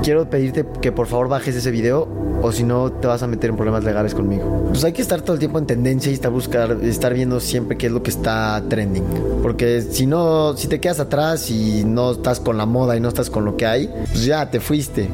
quiero pedirte que por favor bajes ese video o si no te vas a meter en problemas legales conmigo. Pues hay que estar todo el tiempo en tendencia y estar viendo siempre qué es lo que está trending. Porque si te quedas atrás y no estás con la moda y no estás con lo que hay, pues ya te fuiste.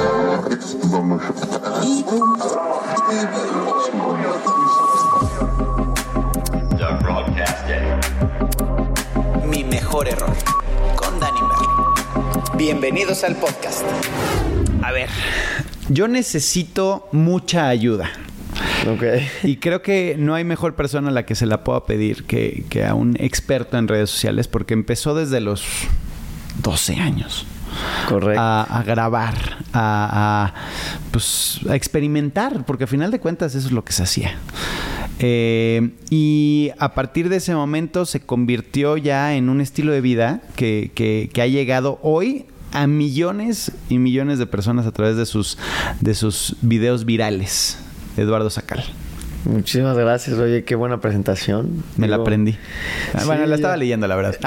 Mi mejor error, con Dani Merlin. Bienvenidos al podcast. A ver, yo necesito mucha ayuda. Okay. Y creo que no hay mejor persona a la que se la pueda pedir que a un experto en redes sociales, porque empezó desde los 12 años. Correcto. A grabar, a experimentar, porque al final de cuentas eso es lo que se hacía. Y a partir de ese momento se convirtió ya en un estilo de vida que ha llegado hoy a millones y millones de personas a través de sus videos virales. Eduardo Sacal. Muchísimas gracias, oye, qué buena presentación. Me la aprendí. Sí, bueno, la estaba leyendo, la verdad.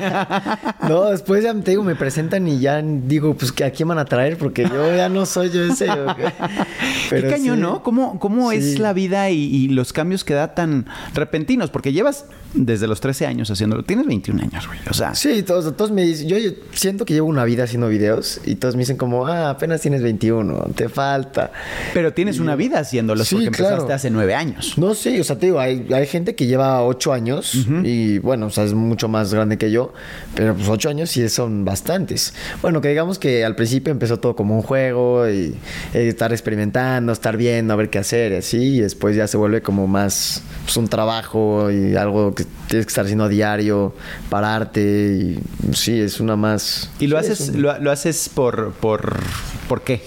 No, después ya te digo, me presentan y ya digo, pues, ¿a quién van a traer? Porque yo ya no soy yo ese. Pero qué cañón, sí. ¿No? ¿Cómo sí. es la vida y los cambios que da tan repentinos? Porque llevas desde los 13 años haciéndolo. Tienes 21 años, güey. O sea... Sí, todos me dicen... Yo siento que llevo una vida haciendo videos y todos me dicen como, apenas tienes 21, te falta. Pero tienes una vida haciéndolos, sí, porque empezaste hace 9 años. No, sí, o sea, te digo, hay gente que lleva 8 años y, bueno, o sea, es mucho más grande que yo, pero pues 8 años sí son bastantes. Bueno, que digamos que al principio empezó todo como un juego y estar experimentando, estar viendo, a ver qué hacer y así, y después ya se vuelve como más pues, un trabajo y algo que tienes que estar haciendo a diario, pararte y sí, es una más... ¿Y lo sí, haces lo haces por qué?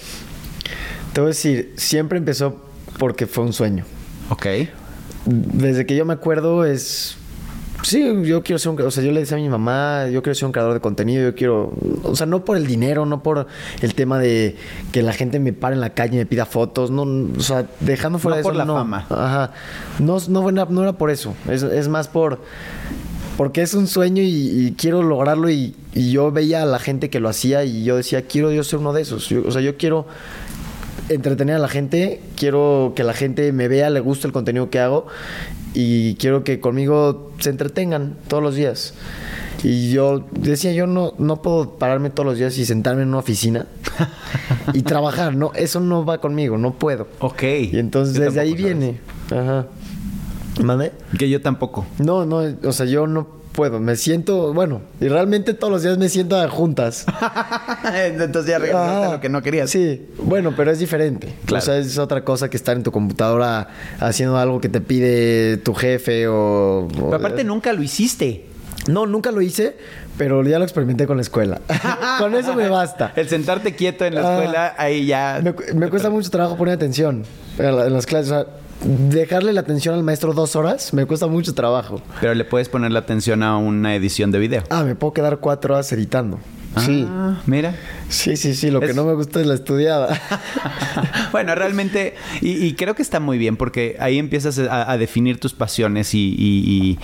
Te voy a decir, siempre empezó porque fue un sueño. Ok. Desde que yo me acuerdo es... Sí, yo quiero ser o sea, yo le decía a mi mamá, yo quiero ser un creador de contenido, yo quiero... O sea, no por el dinero, no por el tema de que la gente me pare en la calle y me pida fotos, no, o sea, dejando fuera no de eso... por la fama. Ajá. No era por eso, es más porque es un sueño y quiero lograrlo y yo veía a la gente que lo hacía y yo decía, quiero yo ser uno de esos. O sea, yo quiero... entretener a la gente, quiero que la gente me vea, le guste el contenido que hago y quiero que conmigo se entretengan todos los días. Y yo decía, yo no puedo pararme todos los días y sentarme en una oficina y trabajar, no, eso no va conmigo, no puedo. Ok. Y entonces desde ahí viene. Ajá. ¿Mande? Que yo tampoco. No, o sea, yo no puedo, me siento, bueno, y realmente todos los días me siento a juntas. Entonces ya regresaste a lo que no querías. Sí, bueno, pero es diferente. Claro. O sea, es otra cosa que estar en tu computadora haciendo algo que te pide tu jefe o Pero aparte nunca lo hiciste. No, nunca lo hice, pero ya lo experimenté con la escuela. Con eso me basta. El sentarte quieto en la escuela, ahí ya... Me cuesta mucho trabajo poner atención en las clases. O sea, dejarle la atención al maestro 2 horas me cuesta mucho trabajo. Pero le puedes poner la atención a una edición de video. Me puedo quedar 4 horas editando. Sí. Mira. Sí. Lo que no me gusta es la estudiada. Bueno, realmente... Y creo que está muy bien porque ahí empiezas a definir tus pasiones y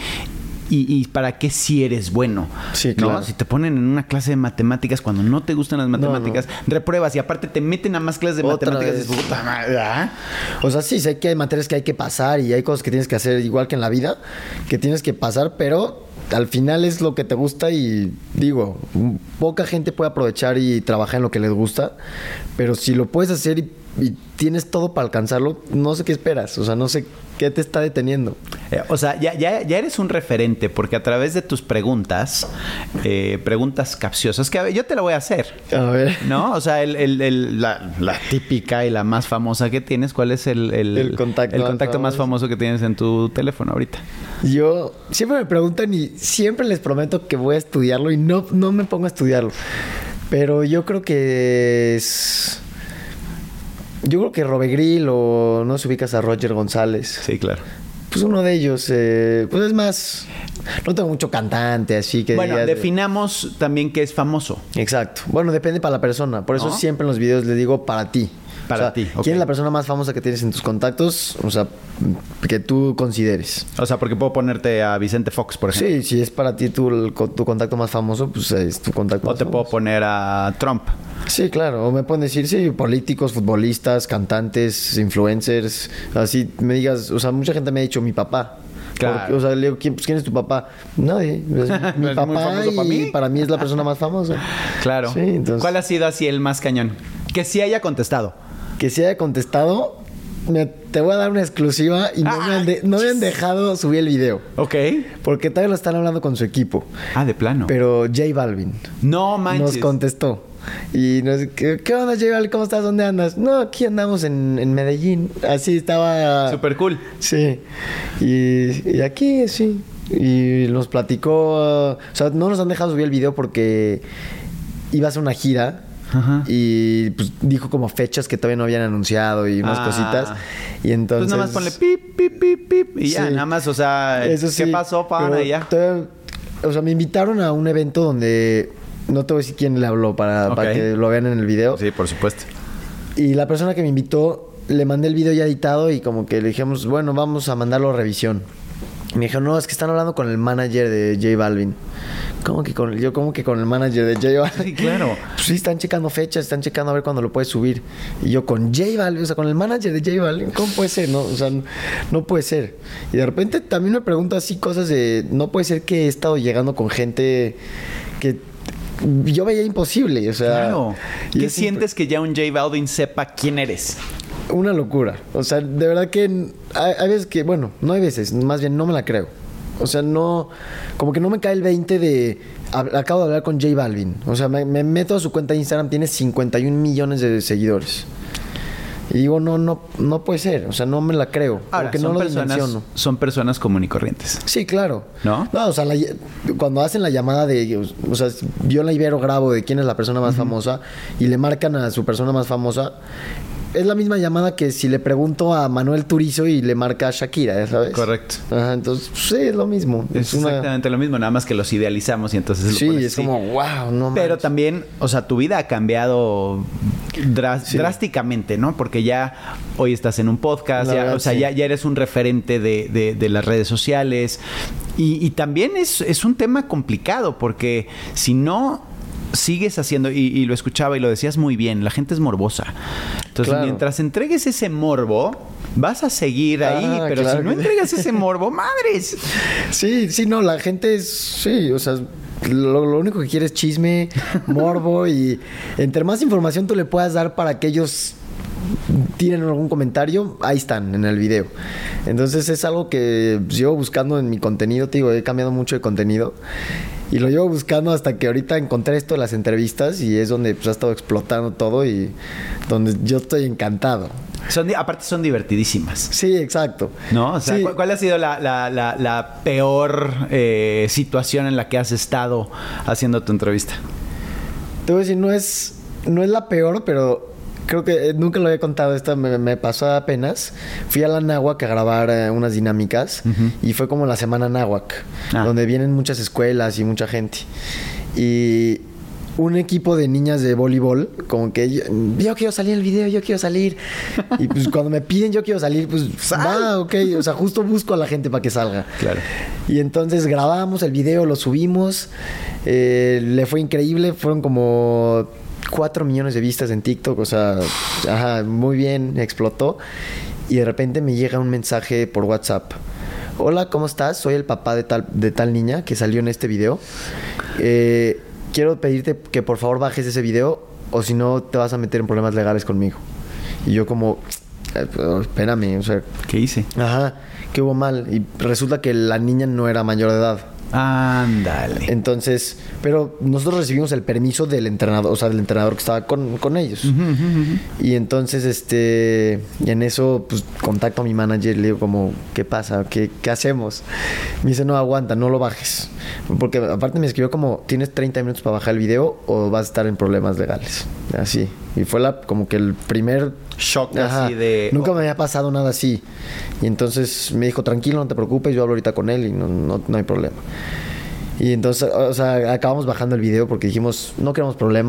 para qué sí eres bueno. Sí, claro. ¿No? Si te ponen en una clase de matemáticas cuando no te gustan las matemáticas, repruebas y aparte te meten a más clases de matemáticas. Vez. Puta madre, ¿ah? O sea, sí, sé que hay materias que hay que pasar y hay cosas que tienes que hacer igual que en la vida, que tienes que pasar, pero al final es lo que te gusta y digo, poca gente puede aprovechar y trabajar en lo que les gusta, pero si lo puedes hacer y tienes todo para alcanzarlo, no sé qué esperas, o sea, no sé qué te está deteniendo. O sea, ya eres un referente porque a través de tus preguntas capciosas, que yo te la voy a hacer. A ver. ¿No? O sea, la típica y la más famosa que tienes, ¿cuál es el contacto más famoso que tienes en tu teléfono ahorita? Yo siempre me preguntan y siempre les prometo que voy a estudiarlo y no me pongo a estudiarlo. Pero yo creo que es... Yo creo que Robegril o no se ubicas a Roger González. Sí, claro. Pues uno de ellos, pues es más... No tengo mucho cantante, así que... Bueno, definamos también qué es famoso. Exacto. Bueno, depende para la persona. Por eso siempre en los videos le digo para ti. Para ti, ok. ¿Quién es la persona más famosa que tienes en tus contactos? O sea, que tú consideres. O sea, porque puedo ponerte a Vicente Fox, por ejemplo. Sí, si es para ti tu contacto más famoso, pues es tu contacto O más te famoso. puedo poner a Trump. Sí, claro. O me pueden decir, sí, políticos, futbolistas, cantantes, influencers. Así me digas, o sea, mucha gente me ha dicho mi papá. Claro. Porque, o sea, le digo, ¿quién es tu papá? Nadie. Es mi ¿Es papá muy famoso para mí? para mí es la persona más famosa. Claro. Sí, entonces... ¿Cuál ha sido así el más cañón? Que sí haya contestado. Que se haya contestado, te voy a dar una exclusiva y no me han dejado subir el video. Ok. Porque todavía lo están hablando con su equipo. Ah, de plano. Pero J Balvin No manches. nos contestó. Y nos ¿qué onda, J Balvin? ¿Cómo estás? ¿Dónde andas? No, aquí andamos en Medellín. Así estaba. Súper cool. Sí. Y aquí, sí. Y nos platicó. O sea, no nos han dejado subir el video porque iba a hacer una gira. Ajá. Y pues dijo como fechas que todavía no habían anunciado y unas cositas. Y entonces. Pues nada más ponle pip, pip, pip, pip. Y ya, Sí. nada más, o sea, Eso ¿qué sí, pasó, pana? pero Y ya. o sea, me invitaron a un evento donde. No te voy a decir quién le habló para que lo vean en el video. Sí, por supuesto. Y la persona que me invitó, le mandé el video ya editado y como que le dijimos, bueno, vamos a mandarlo a revisión. Y me dijo, no, es que están hablando con el manager de J Balvin. ¿Cómo que con el manager de J Balvin? Sí, claro. Pues sí, están checando fechas, están checando a ver cuándo lo puedes subir. Y yo con J Balvin, o sea, con el manager de J Balvin, ¿cómo puede ser? No, o sea, no puede ser. Y de repente también me pregunto así cosas de, no puede ser que he estado llegando con gente que yo veía imposible, o sea. Claro. y ¿Qué es sientes que ya un J Balvin sepa quién eres? una locura. O sea, de verdad que hay veces que, bueno, no hay veces, más bien no me la creo. O sea, no, como que no me cae el 20 de, acabo de hablar con J Balvin. O sea, me meto a su cuenta de Instagram, tiene 51 millones de seguidores. Y digo, no puede ser. O sea, no me la creo. Ahora, porque no lo dimensiono. son personas comunes y corrientes. Sí, claro. ¿No? No, o sea, cuando hacen la llamada de... O sea, yo en la Ibero grabo de quién es la persona más famosa y le marcan a su persona más famosa. Es la misma llamada que si le pregunto a Manuel Turizo y le marca a Shakira, ¿ya sabes? Correcto. Ajá, entonces, sí, es lo mismo. Es exactamente lo mismo, nada más que los idealizamos y entonces Sí, lo pones es así. como, wow, no Pero manches. también, o sea, tu vida ha cambiado drásticamente, ¿no? Porque ya hoy estás en un podcast, La ya, verdad, o sea, sí. ya eres un referente de las redes sociales. Y también es un tema complicado, porque si no sigues haciendo, y lo escuchaba y lo decías muy bien, la gente es morbosa. Entonces, Claro. mientras entregues ese morbo, vas a seguir ahí, pero claro si no que sí. entregas ese morbo, madres. Sí, no, la gente es... Sí, o sea... Lo único que quiere es chisme, morbo y entre más información tú le puedas dar para que ellos tienen algún comentario, ahí están en el video. Entonces es algo que llevo buscando en mi contenido, te digo, he cambiado mucho de contenido y lo llevo buscando hasta que ahorita encontré esto de las entrevistas y es donde pues, ha estado explotando todo y donde yo estoy encantado. Aparte son divertidísimas. Sí, exacto. ¿No? O sea, Sí. ¿cuál ha sido la peor situación en la que has estado haciendo tu entrevista? Te voy a decir, no es la peor, pero creo que nunca lo había contado. Esta me pasó apenas. Fui a la Náhuac a grabar unas dinámicas y fue como la semana Náhuac, donde vienen muchas escuelas y mucha gente. Y un equipo de niñas de voleibol, como que yo quiero salir en el video, yo quiero salir. Y pues cuando me piden yo quiero salir, pues va, ok. O sea, justo busco a la gente para que salga. Claro. Y entonces grabamos el video, lo subimos. Le fue increíble. Fueron como 4 millones de vistas en TikTok. O sea, ajá, muy bien, explotó. Y de repente me llega un mensaje por WhatsApp. Hola, ¿cómo estás? Soy el papá de tal niña que salió en este video. Quiero pedirte que por favor bajes ese video o si no te vas a meter en problemas legales conmigo. Y yo como, espérame, o sea... ¿Qué hice? Ajá, que hubo mal. Y resulta que la niña no era mayor de edad. Ándale. Entonces, pero nosotros recibimos el permiso del entrenador, o sea, del entrenador que estaba con ellos. Y entonces, y en eso, pues, contacto a mi manager y le digo como, ¿qué pasa? ¿Qué hacemos? Me dice, no, aguanta, no lo bajes. Porque aparte me escribió como, ¿tienes 30 minutos para bajar el video o vas a estar en problemas legales? Así. Y fue como que el primer... shock así de... Nunca me había pasado nada así. Y entonces me dijo, tranquilo, no te preocupes, yo hablo ahorita con él y no hay problema. Y entonces, o sea, acabamos bajando el video porque dijimos, no queremos problema.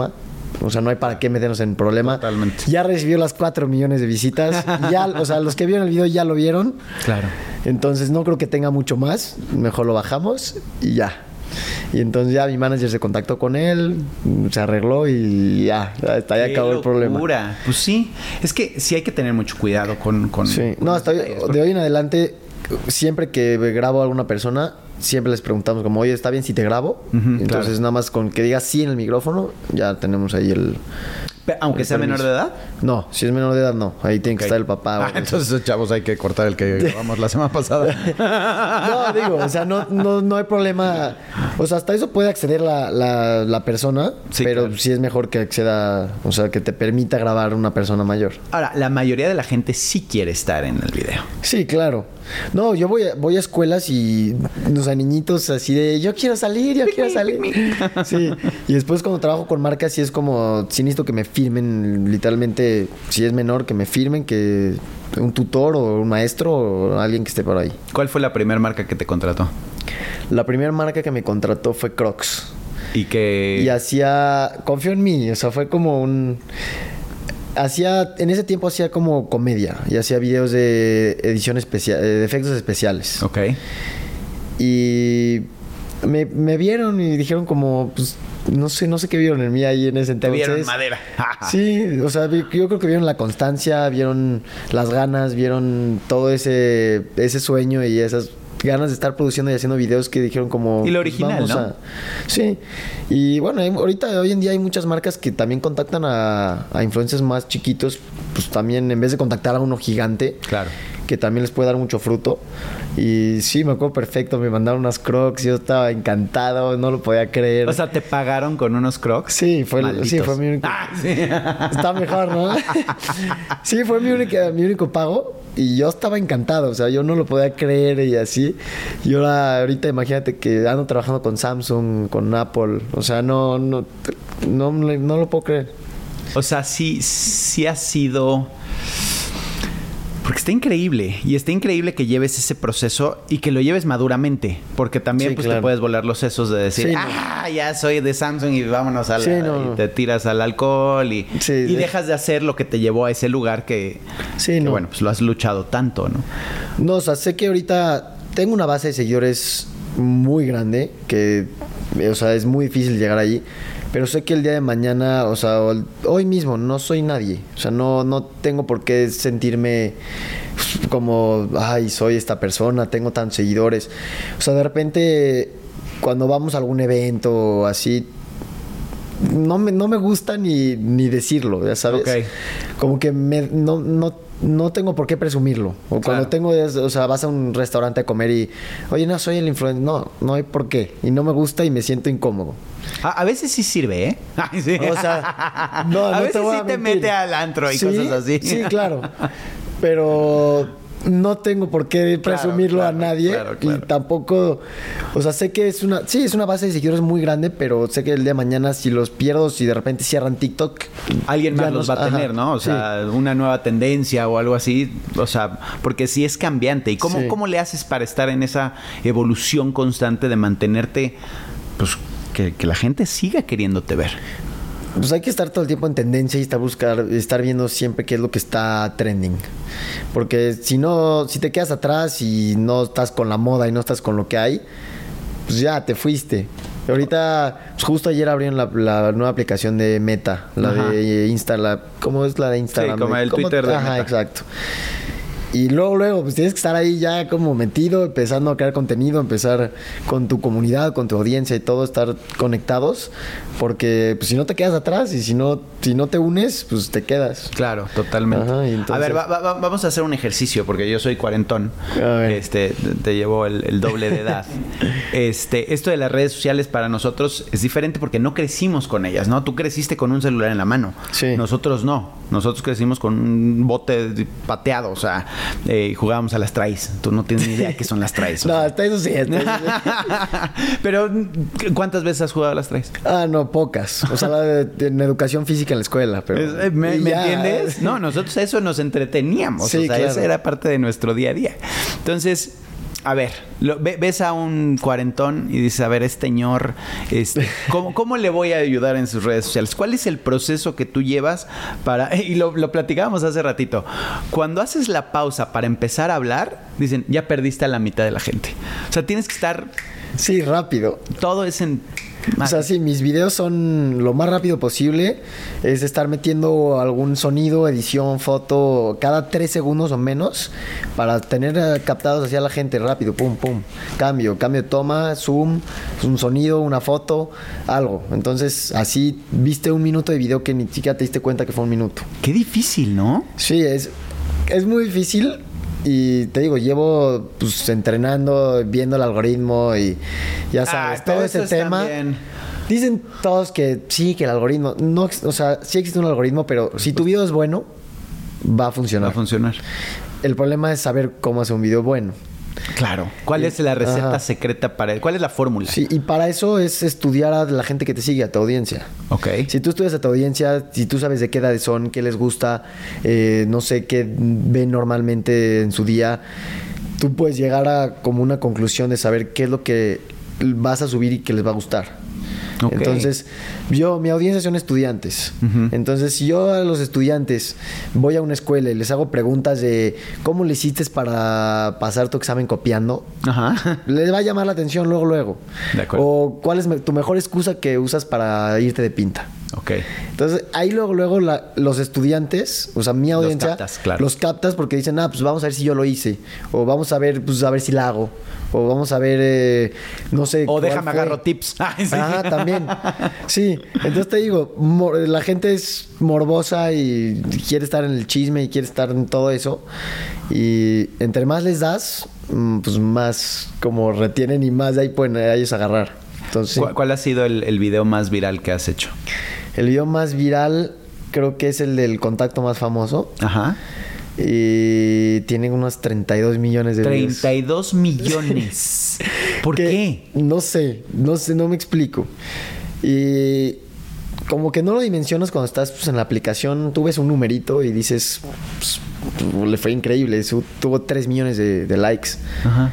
O sea, no hay para qué meternos en problema. Totalmente. Ya recibió las 4 millones de visitas. Ya, o sea, los que vieron el video ya lo vieron. Claro. Entonces no creo que tenga mucho más. Mejor lo bajamos y ya. Y entonces ya mi manager se contactó con él, se arregló y ya, hasta ahí acabó el problema. Pues sí, es que sí hay que tener mucho cuidado con sí. No, hasta de hoy en adelante, siempre que grabo a alguna persona, siempre les preguntamos como, oye, ¿está bien si te grabo? Entonces claro. Nada más con que digas sí en el micrófono, ya tenemos ahí el... ¿Aunque sea menor de edad? No, si es menor de edad, no. Ahí tiene que estar el papá. Entonces, chavos, hay que cortar el que grabamos la semana pasada. No, digo, o sea, no hay problema. O sea, hasta eso puede acceder la persona, sí, pero claro. Sí es mejor que acceda, o sea, que te permita grabar una persona mayor. Ahora, la mayoría de la gente sí quiere estar en el video. Sí, claro. No, yo voy a escuelas y, o sea, niñitos así de, yo quiero salir. Sí, y después cuando trabajo con marcas sí es como, sí necesito que me firmen, literalmente, si es menor, que me firmen, que un tutor o un maestro o alguien que esté por ahí. ¿Cuál fue la primera marca que te contrató? La primera marca que me contrató fue Crocs. Y que... Y confió en mí, o sea, fue como en ese tiempo hacía como comedia y hacía videos de edición especial, de efectos especiales. Ok. Y me vieron y dijeron como, pues, no sé qué vieron en mí ahí en ese entonces. Te vieron madera. Sí, o sea, yo creo que vieron la constancia, vieron las ganas, vieron todo ese sueño y esas ganas de estar produciendo y haciendo videos que dijeron como... Y lo original, ¿no? Sí. Y bueno, hoy en día hay muchas marcas que también contactan a influencers más chiquitos, pues también en vez de contactar a uno gigante, claro, que también les puede dar mucho fruto. Y sí, me acuerdo perfecto, me mandaron unas Crocs, yo estaba encantado, no lo podía creer. O sea, ¿te pagaron con unos Crocs? Sí, fue mi único... Sí. Está mejor, ¿no? Sí, fue mi único pago. Y yo estaba encantado, o sea, yo no lo podía creer y así. Y ahorita imagínate que ando trabajando con Samsung, con Apple, o sea, no lo puedo creer. O sea, sí ha sido... Porque está increíble. Y está increíble que lleves ese proceso y que lo lleves maduramente. Porque también pues, claro, te puedes volar los sesos de decir, ya soy de Samsung y vámonos y te tiras al alcohol y dejas de hacer lo que te llevó a ese lugar que bueno, pues lo has luchado tanto, ¿no? No, o sea, sé que ahorita tengo una base de seguidores muy grande que, o sea, es muy difícil llegar ahí. Pero sé que el día de mañana, o sea, hoy mismo no soy nadie. O sea, no tengo por qué sentirme como, ay, soy esta persona, tengo tantos seguidores. O sea, de repente, cuando vamos a algún evento o así, no me gusta ni decirlo, ya sabes. Okay. Como que no tengo por qué presumirlo. O cuando o sea, vas a un restaurante a comer y, oye, no soy el influencer. No hay por qué. Y no me gusta y me siento incómodo. A veces sí sirve, ¿eh? Sí. O sea, a veces sí te mete al antro y cosas así. Sí, claro. Pero no tengo por qué presumirlo a nadie. Claro. Y tampoco... O sea, sé que es una base de seguidores muy grande, pero sé que el día de mañana si los pierdo, si de repente cierran TikTok... Alguien más los va a tener, ¿no? O sea, una nueva tendencia o algo así. O sea, porque sí es cambiante. ¿Y cómo le haces para estar en esa evolución constante de mantenerte... pues que la gente siga queriéndote ver? Pues hay que estar todo el tiempo en tendencia y estar viendo siempre qué es lo que está trending. Porque si te quedas atrás y no estás con la moda y no estás con lo que hay, pues ya te fuiste. Ahorita, pues justo ayer abrieron la nueva aplicación de Meta, de Instagram. ¿Cómo es la de Instagram? Sí, como el Twitter de Meta. Exacto. Y luego, pues tienes que estar ahí ya como metido, empezando a crear contenido, empezar con tu comunidad, con tu audiencia y todo, estar conectados, porque pues si no te quedas atrás y si no te unes, pues te quedas. Claro, totalmente. Entonces... A ver, vamos a hacer un ejercicio, porque yo soy cuarentón. Te llevo el doble de edad. Esto de las redes sociales para nosotros es diferente porque no crecimos con ellas, ¿no? Tú creciste con un celular en la mano. Sí. Nosotros no. Nosotros crecimos con un bote pateado, o sea, jugábamos a las trays. Tú no tienes ni idea qué son las trays. No, hasta eso sí. Pero, ¿cuántas veces has jugado a las trays? No, pocas. O sea, en educación física en la escuela. Pero ¿Me entiendes? No, nosotros eso nos entreteníamos. Sí, o sea, claro, esa era parte de nuestro día a día. Entonces... a ver, ves a un cuarentón y dices, a ver, señor, ¿cómo le voy a ayudar en sus redes sociales? ¿Cuál es el proceso que tú llevas para... Y lo platicábamos hace ratito. Cuando haces la pausa para empezar a hablar, dicen, ya perdiste a la mitad de la gente. O sea, tienes que estar... Sí, rápido. Todo es en... O sea, sí, mis videos son lo más rápido posible. Es estar metiendo algún sonido, edición, foto, cada 3 segundos o menos para tener captados hacia la gente rápido. Pum, pum. Cambio de toma, zoom, un sonido, una foto, algo. Entonces, así viste 1 minuto de video que ni siquiera te diste cuenta que fue 1 minuto. Qué difícil, ¿no? Sí, es muy difícil. Y te digo, llevo pues entrenando, viendo el algoritmo y ya sabes, todo ese tema. También. Dicen todos que sí, que el algoritmo no, o sea, sí existe un algoritmo, pero si tu video es bueno, va a funcionar. Va a funcionar. El problema es saber cómo hacer un video bueno. Claro. ¿Cuál es la receta secreta para él? ¿Cuál es la fórmula? Sí, y para eso es estudiar a la gente que te sigue, a tu audiencia. Ok. Si tú estudias a tu audiencia, si tú sabes de qué edades son, qué les gusta, no sé, qué ven normalmente en su día, tú puedes llegar a como una conclusión de saber qué es lo que vas a subir y qué les va a gustar. Okay. Entonces, mi audiencia son estudiantes. Uh-huh. Entonces, si yo a los estudiantes voy a una escuela y les hago preguntas de cómo le hiciste para pasar tu examen copiando, uh-huh, les va a llamar la atención luego. De acuerdo. O cuál es tu mejor excusa que usas para irte de pinta. Ok. Entonces, ahí luego los estudiantes, o sea, mi audiencia, los captas porque dicen, pues vamos a ver si yo lo hice. O vamos a ver, pues a ver si la hago. O vamos a ver, no sé. O déjame agarro tips. Sí. Ajá, también. Sí, entonces te digo, la gente es morbosa y quiere estar en el chisme y quiere estar en todo eso. Y entre más les das, pues más como retienen y más de ahí pueden ellos agarrar. Entonces, sí. ¿Cuál ha sido el video más viral que has hecho? El video más viral creo que es el del contacto más famoso. Ajá. Y tienen unos 32 millones de views. 32 millones. ¿Por qué? No sé, no me explico. Y como que no lo dimensionas cuando estás pues, en la aplicación. Tú ves un numerito y dices, pues, le fue increíble. Tuvo 3 millones de likes. Ajá.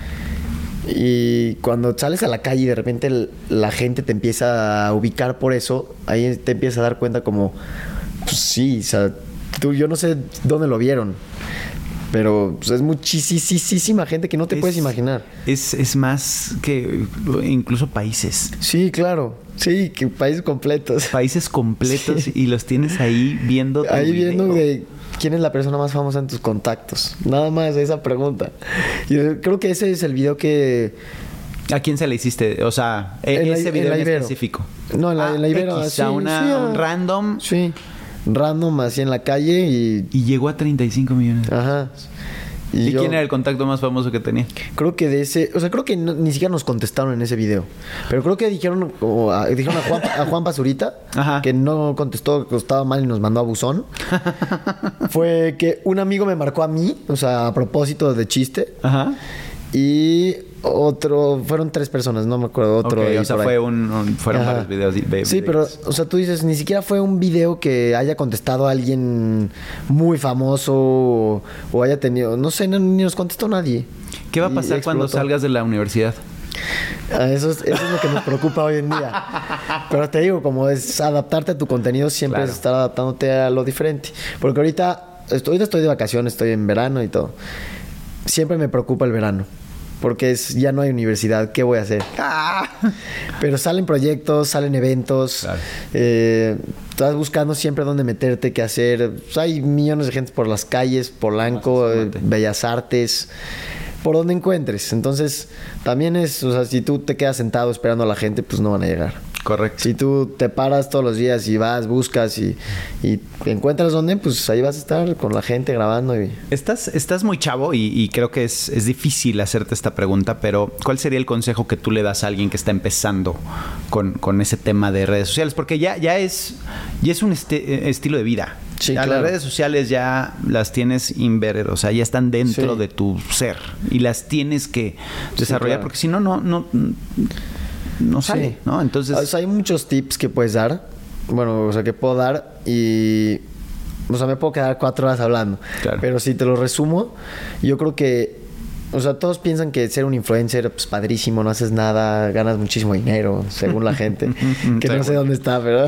Y cuando sales a la calle y de repente la gente te empieza a ubicar por eso, ahí te empiezas a dar cuenta como, pues sí, o sea, yo no sé dónde lo vieron, pero pues, es muchísima gente que no te puedes imaginar. Es más que incluso países. Sí, claro. Sí, que países completos. Países completos sí. Y los tienes ahí viendo tu ahí video. Viendo de quién es la persona más famosa en tus contactos. Nada más esa pregunta. Yo creo que ese es el video que... ¿A quién se le hiciste? O sea, ese video en específico. No, en la Ibero. Sí, un random. Sí. Random, así en la calle y llegó a 35 millones. Ajá. ¿Y quién era el contacto más famoso que tenía? Creo que de ese... O sea, creo que ni siquiera nos contestaron en ese video. Pero creo que dijeron a Juan Pazurita, ajá, que no contestó, que estaba mal y nos mandó a buzón. Fue que un amigo me marcó a mí, o sea, a propósito de chiste. Ajá. Y fueron 3 personas, no me acuerdo. Okay, o sea, fueron varios videos. Sí, pero, o sea, tú dices, ni siquiera fue un video que haya contestado a alguien muy famoso o haya tenido, no sé, ni nos contestó nadie. ¿Qué va a pasar cuando salgas de la universidad? Eso es lo que nos preocupa hoy en día. Pero te digo, como es adaptarte a tu contenido, siempre es estar adaptándote a lo diferente. Porque ahorita estoy de vacaciones, estoy en verano y todo. Siempre me preocupa el verano. Porque ya no hay universidad. ¿Qué voy a hacer? Pero salen proyectos, salen eventos. Claro. Estás buscando siempre dónde meterte, qué hacer. Pues hay millones de gente por las calles, Polanco, Bellas Artes, por donde encuentres. Entonces, también o sea, si tú te quedas sentado esperando a la gente, pues no van a llegar. Correcto. Si tú te paras todos los días y vas, buscas y encuentras dónde, pues ahí vas a estar con la gente grabando. Estás muy chavo y creo que es difícil hacerte esta pregunta, pero ¿cuál sería el consejo que tú le das a alguien que está empezando con ese tema de redes sociales? Porque ya es un estilo de vida. Sí, claro. Las redes sociales ya las tienes inverter, o sea, ya están dentro de tu ser y las tienes que desarrollar, porque si no sale, ¿no? Entonces... O sea, hay muchos tips que puedes dar. Bueno, o sea, que puedo dar y... O sea, me puedo quedar 4 horas hablando. Claro. Pero si te lo resumo, yo creo que O sea, todos piensan que ser un influencer, pues padrísimo, no haces nada, ganas muchísimo dinero, según la gente. Que no sé dónde está, pero...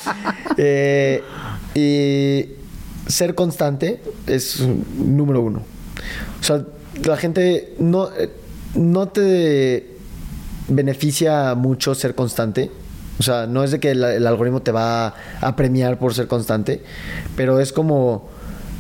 y ser constante es número uno. O sea, la gente no te beneficia mucho ser constante. O sea, no es de que el algoritmo te va a premiar por ser constante, pero es como...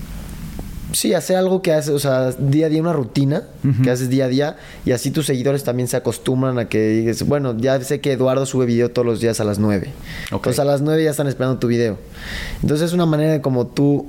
Sí, hacer algo que haces, o sea, día a día, una rutina que haces día a día, y así tus seguidores también se acostumbran a que digas, bueno, ya sé que Eduardo sube video todos los días a las 9. Okay. Entonces a las 9 ya están esperando tu video. Entonces es una manera de como tú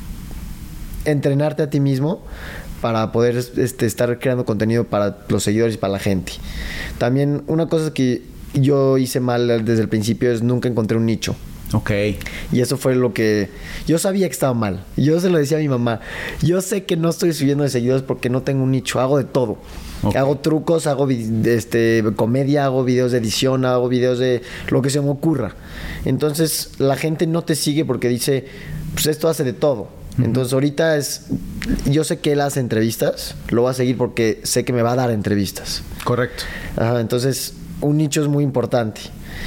entrenarte a ti mismo para poder estar creando contenido para los seguidores y para la gente. También una cosa que yo hice mal desde el principio es nunca encontré un nicho. Ok. Y eso fue lo que... Yo sabía que estaba mal. Yo se lo decía a mi mamá. Yo sé que no estoy subiendo de seguidores porque no tengo un nicho. Hago de todo. Okay. Hago trucos, hago comedia, hago videos de edición, hago videos de lo que se me ocurra. Entonces la gente no te sigue porque dice, pues esto hace de todo. Entonces ahorita yo sé que él hace entrevistas, lo voy a seguir porque sé que me va a dar entrevistas. Correcto. Ajá, entonces un nicho es muy importante.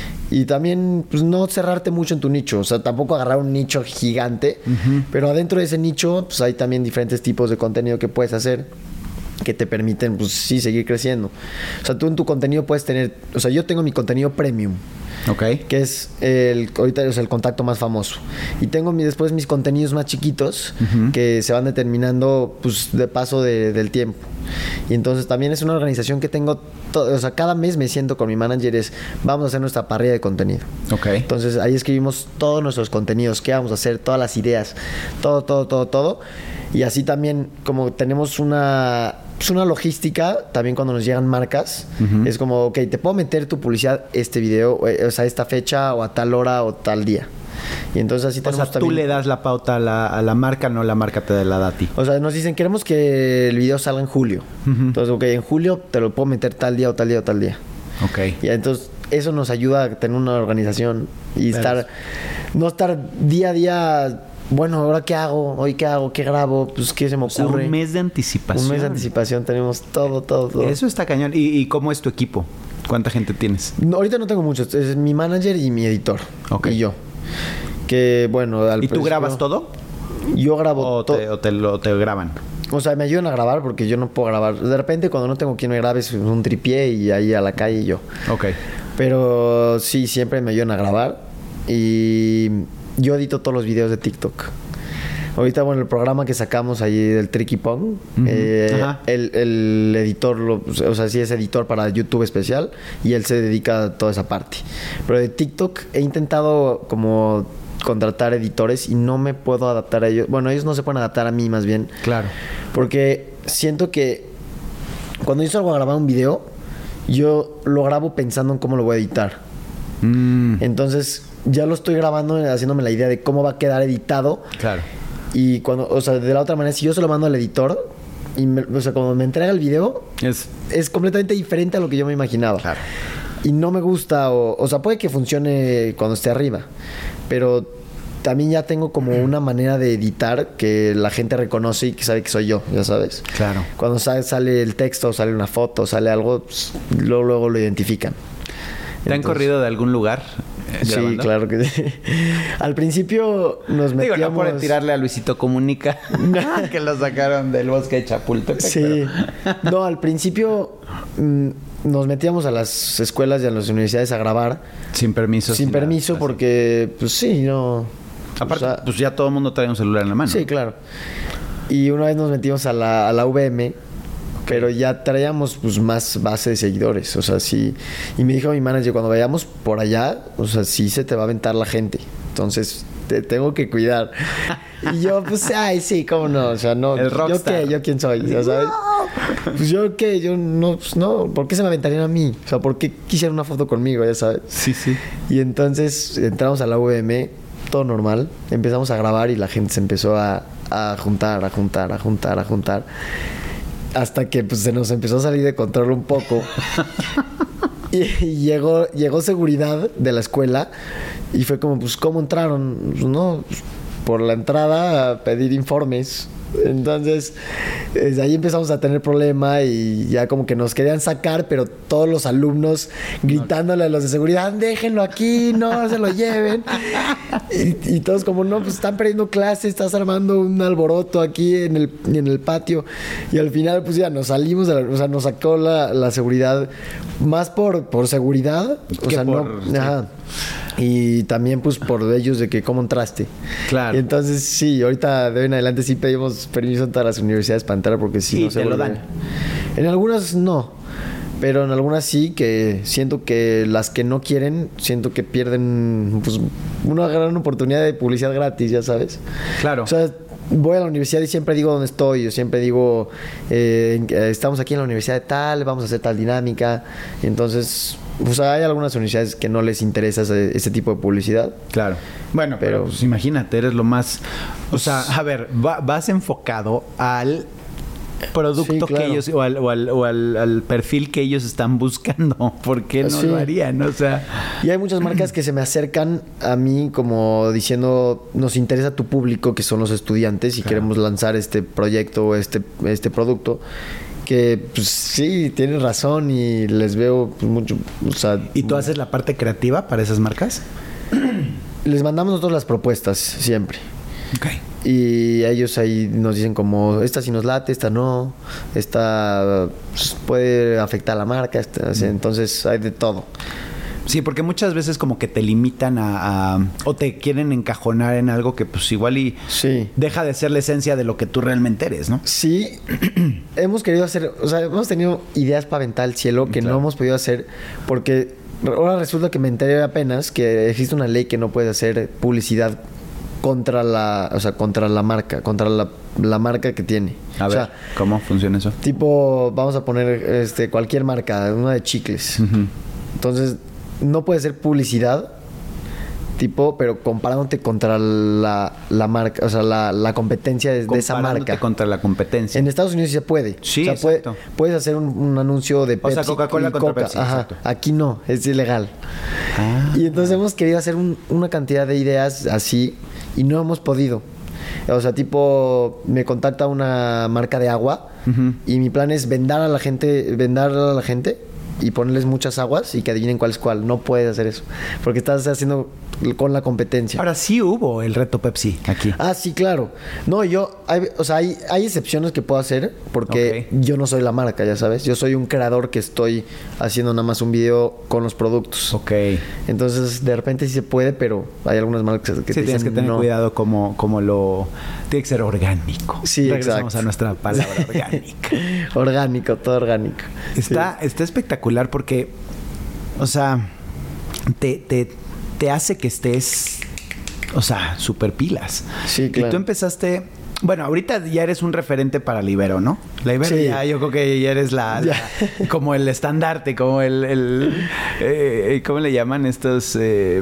Y también, pues, no cerrarte mucho en tu nicho. O sea, tampoco agarrar un nicho gigante. Pero adentro de ese nicho, pues, hay también diferentes tipos de contenido que puedes hacer que te permiten, pues, sí, seguir creciendo. O sea, tú en tu contenido puedes tener... O sea, yo tengo mi contenido premium. Ok. Que es ahorita es el contacto más famoso. Y tengo después mis contenidos más chiquitos que se van determinando, pues, de paso del tiempo. Y entonces también es una organización que tengo o sea, cada mes me siento con mi manager, vamos a hacer nuestra parrilla de contenido. Okay. Entonces ahí escribimos todos nuestros contenidos, qué vamos a hacer, todas las ideas, todo. Y así también, como tenemos una logística, también cuando nos llegan marcas, es como, ok, te puedo meter tu publicidad este video, o sea, esta fecha, o a tal hora, o tal día. Y entonces así tenemos. O sea, tú le das la pauta a la marca, no la marca te la da a ti. O sea, nos dicen, queremos que el video salga en julio. Entonces, ok, en julio te lo puedo meter tal día o tal día o tal día. Ok. Y entonces eso nos ayuda a tener una organización y no estar día a día. Bueno, ¿ahora qué hago? ¿Hoy qué hago? ¿Qué grabo? Pues, ¿qué se me ocurre? O sea, un mes de anticipación. Un mes de anticipación. Tenemos todo. Eso está cañón. ¿Y cómo es tu equipo? ¿Cuánta gente tienes? No, ahorita no tengo muchos. Es mi manager y mi editor. Ok. Y yo. Que, bueno... ¿Y tú grabas todo? Yo grabo todo. ¿O te graban? O sea, me ayudan a grabar porque yo no puedo grabar. De repente, cuando no tengo quien me grabe, es un tripié y ahí a la calle y yo. Ok. Pero sí, siempre me ayudan a grabar. Y yo edito todos los videos de TikTok. Ahorita, bueno, el programa que sacamos ahí del Tricky Pong, el editor, o sea, sí es editor para YouTube especial y él se dedica a toda esa parte. Pero de TikTok he intentado como contratar editores y no me puedo adaptar a ellos. Bueno, ellos no se pueden adaptar a mí más bien. Claro. Porque siento que cuando yo salgo a grabar un video, yo lo grabo pensando en cómo lo voy a editar. Entonces ya lo estoy grabando haciéndome la idea de cómo va a quedar editado. Claro. Y cuando, o sea, de la otra manera, si yo se lo mando al editor y o sea, cuando me entrega el video, es completamente diferente a lo que yo me imaginaba. Claro. Y no me gusta, o sea, puede que funcione cuando esté arriba, pero también ya tengo como una manera de editar que la gente reconoce y que sabe que soy yo, ya sabes. Claro. Cuando sale el texto, sale una foto, sale algo, pues, luego lo identifican. ¿Te han corrido de algún lugar? Sí, claro que sí. Al principio nos metíamos... Digo, no por tirarle a Luisito Comunica que lo sacaron del bosque de Chapultepec. Sí. Pero... No, al principio nos metíamos a las escuelas y a las universidades a grabar. Sin permiso. Sin permiso porque, pues sí, no... Aparte, o sea, pues ya todo el mundo trae un celular en la mano. Sí, claro. Y una vez nos metimos a la UVM... Pero ya traíamos pues más base de seguidores, o sea, sí. Y me dijo mi manager, cuando vayamos por allá, o sea, sí se te va a aventar la gente. Entonces, te tengo que cuidar. Y yo, pues, ay, sí, cómo no, o sea, no. El rockstar. ¿Yo qué? ¿Yo quién soy? ¿Ya sabes? No. Pues yo qué, yo no, pues no, ¿por qué se me aventarían a mí? O sea, ¿por qué quisieran una foto conmigo, ya sabes? Sí. Y entonces entramos a la UVM, todo normal, empezamos a grabar y la gente se empezó a juntar. Hasta que pues se nos empezó a salir de control un poco. y llegó seguridad de la escuela y fue como, pues, ¿cómo entraron? Pues, no, pues, por la entrada a pedir informes. Entonces, desde ahí empezamos a tener problema y ya como que nos querían sacar, pero todos los alumnos gritándole a los de seguridad, déjenlo aquí, no se lo lleven. Y todos como, no, pues están perdiendo clases, estás armando un alboroto aquí en el patio. Y al final, pues ya nos salimos, o sea, nos sacó la seguridad, más por seguridad, o sea, no... Sí. Ajá. Y también pues por ellos de que cómo entraste. Claro. Y entonces sí, ahorita de hoy en adelante sí pedimos permiso en todas las universidades para entrar porque si Sí, no se te lo vuelve- dan. En algunas no, pero en algunas sí, que siento que las que no quieren, siento que pierden pues una gran oportunidad de publicidad gratis, ya sabes. Claro. O sea, voy a la universidad y siempre digo dónde estoy. Yo siempre digo, estamos aquí en la universidad de tal, vamos a hacer tal dinámica. Y entonces, pues hay algunas universidades que no les interesa ese tipo de publicidad. Claro. Bueno, pero pues imagínate, eres lo más... O sea, a ver, vas enfocado al producto Sí, claro. que ellos... O al perfil que ellos están buscando. ¿Por qué no Sí. lo harían? O sea... Y hay muchas marcas que se me acercan a mí como diciendo, nos interesa tu público, que son los estudiantes, y Claro. queremos lanzar este proyecto o este producto. Que pues sí, tienen razón y les veo pues, mucho, o sea... ¿Y tú haces la parte creativa para esas marcas? Les mandamos nosotros las propuestas siempre. Ok. Y ellos ahí nos dicen como, esta sí nos late, esta no, esta pues, puede afectar a la marca, entonces hay de todo. Sí, porque muchas veces como que te limitan o te quieren encajonar en algo que pues igual y Sí. deja de ser la esencia de lo que tú realmente eres, ¿no? Sí, hemos querido hacer, o sea, hemos tenido ideas para aventar al cielo que Claro. no hemos podido hacer porque ahora resulta que me enteré apenas que existe una ley que no puede hacer publicidad contra la marca, contra la marca que tiene. A O ver, sea, ¿cómo funciona eso? tipo, vamos a poner cualquier marca, una de chicles. Ujú. Entonces, no puede ser publicidad, tipo, pero comparándote contra la marca, o sea, la competencia de esa Comparándote marca. contra la competencia. En Estados Unidos sí se puede. Sí, o sea, exacto. puedes hacer un anuncio de O sea, Pepsi Coca-Cola y contra Coca. Pepsi, Ajá. exacto. Aquí no, es ilegal. Ah. Y entonces hemos querido hacer una cantidad de ideas así y no hemos podido. O sea, tipo, me contacta una marca de agua Ujú. y mi plan es venderla a la gente y ponerles muchas aguas y que adivinen cuál es cuál. No puedes hacer eso porque estás haciendo con la competencia. Ahora sí hubo el reto Pepsi aquí. Ah, sí, claro. No, hay excepciones que puedo hacer porque Ok. yo no soy la marca, ya sabes. Yo soy un creador que estoy haciendo nada más un video con los productos. Ok. Entonces, de repente sí se puede, pero hay algunas marcas que Sí, te tienes que dicen tener no. cuidado como lo... Tiene que ser orgánico. Sí, Regresamos exacto. a nuestra palabra orgánica. Orgánico, todo orgánico. Está espectacular porque, o sea, te hace que estés, o sea, super pilas. Sí, claro. Y tú empezaste... Bueno, ahorita ya eres un referente para la Ibero, ¿no? La Ibero Sí. ya, yo creo que ya eres como el estandarte, como ¿cómo le llaman estos?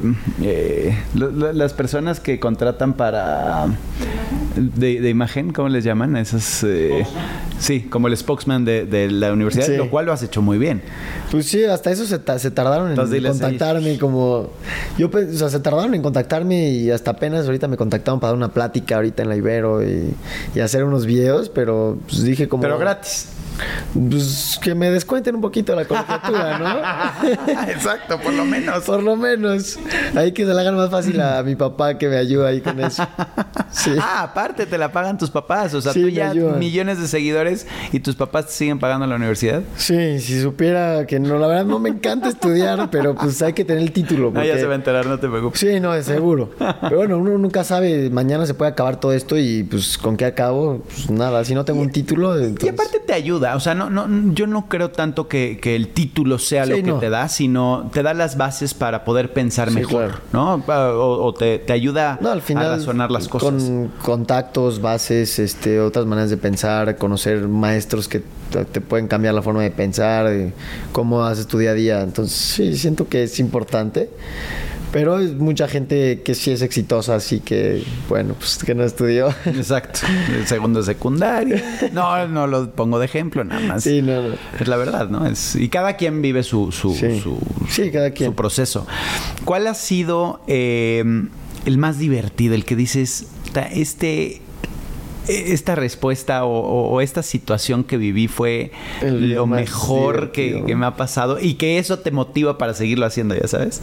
Las personas que contratan para... De imagen, ¿cómo les llaman? Esas... sí, como el spokesman de la universidad, Sí. lo cual lo has hecho muy bien. Pues sí, hasta eso se tardaron Entonces, en diles a contactarme como... o sea, se tardaron en contactarme y hasta apenas ahorita me contactaron para dar una plática ahorita en la Ibero y hacer unos videos, pero pues dije como... Pero gratis. Pues que me descuenten un poquito la colegiatura, ¿no? Exacto, por lo menos. Por lo menos. Ahí que se la hagan más fácil a mi papá que me ayuda ahí con eso. Sí. Ah, aparte te la pagan tus papás. O sea, Sí, tú me ya ayudan. millones de seguidores y tus papás te siguen pagando la universidad. Sí, si supiera que no, la verdad no me encanta estudiar, pero pues hay que tener el título. Ah, ya porque- se va a enterar, no te preocupes. Sí, no, de seguro. Pero bueno, uno nunca sabe, mañana se puede acabar todo esto y pues con qué acabo, pues nada, si no tengo un título, entonces... Y aparte te ayuda, o sea, yo no creo tanto que el título sea lo Sí, que no. te da, sino te da las bases para poder pensar Sí, mejor, claro. ¿no? O te ayuda No, al final, a razonar las cosas. con contactos, bases, otras maneras de pensar, conocer maestros que te pueden cambiar la forma de pensar, de cómo haces tu día a día. Entonces, sí, siento que es importante. Pero hay mucha gente que sí es exitosa, así que, bueno, pues que no estudió. Exacto. El segundo de secundaria. No lo pongo de ejemplo, nada más. Sí, no. Es la verdad, ¿no? Y cada quien vive su Sí, cada quien. su proceso. ¿Cuál ha sido el más divertido? El que dices, esta respuesta o esta situación que viví fue lo mejor que me ha pasado y que eso te motiva para seguirlo haciendo, ya sabes?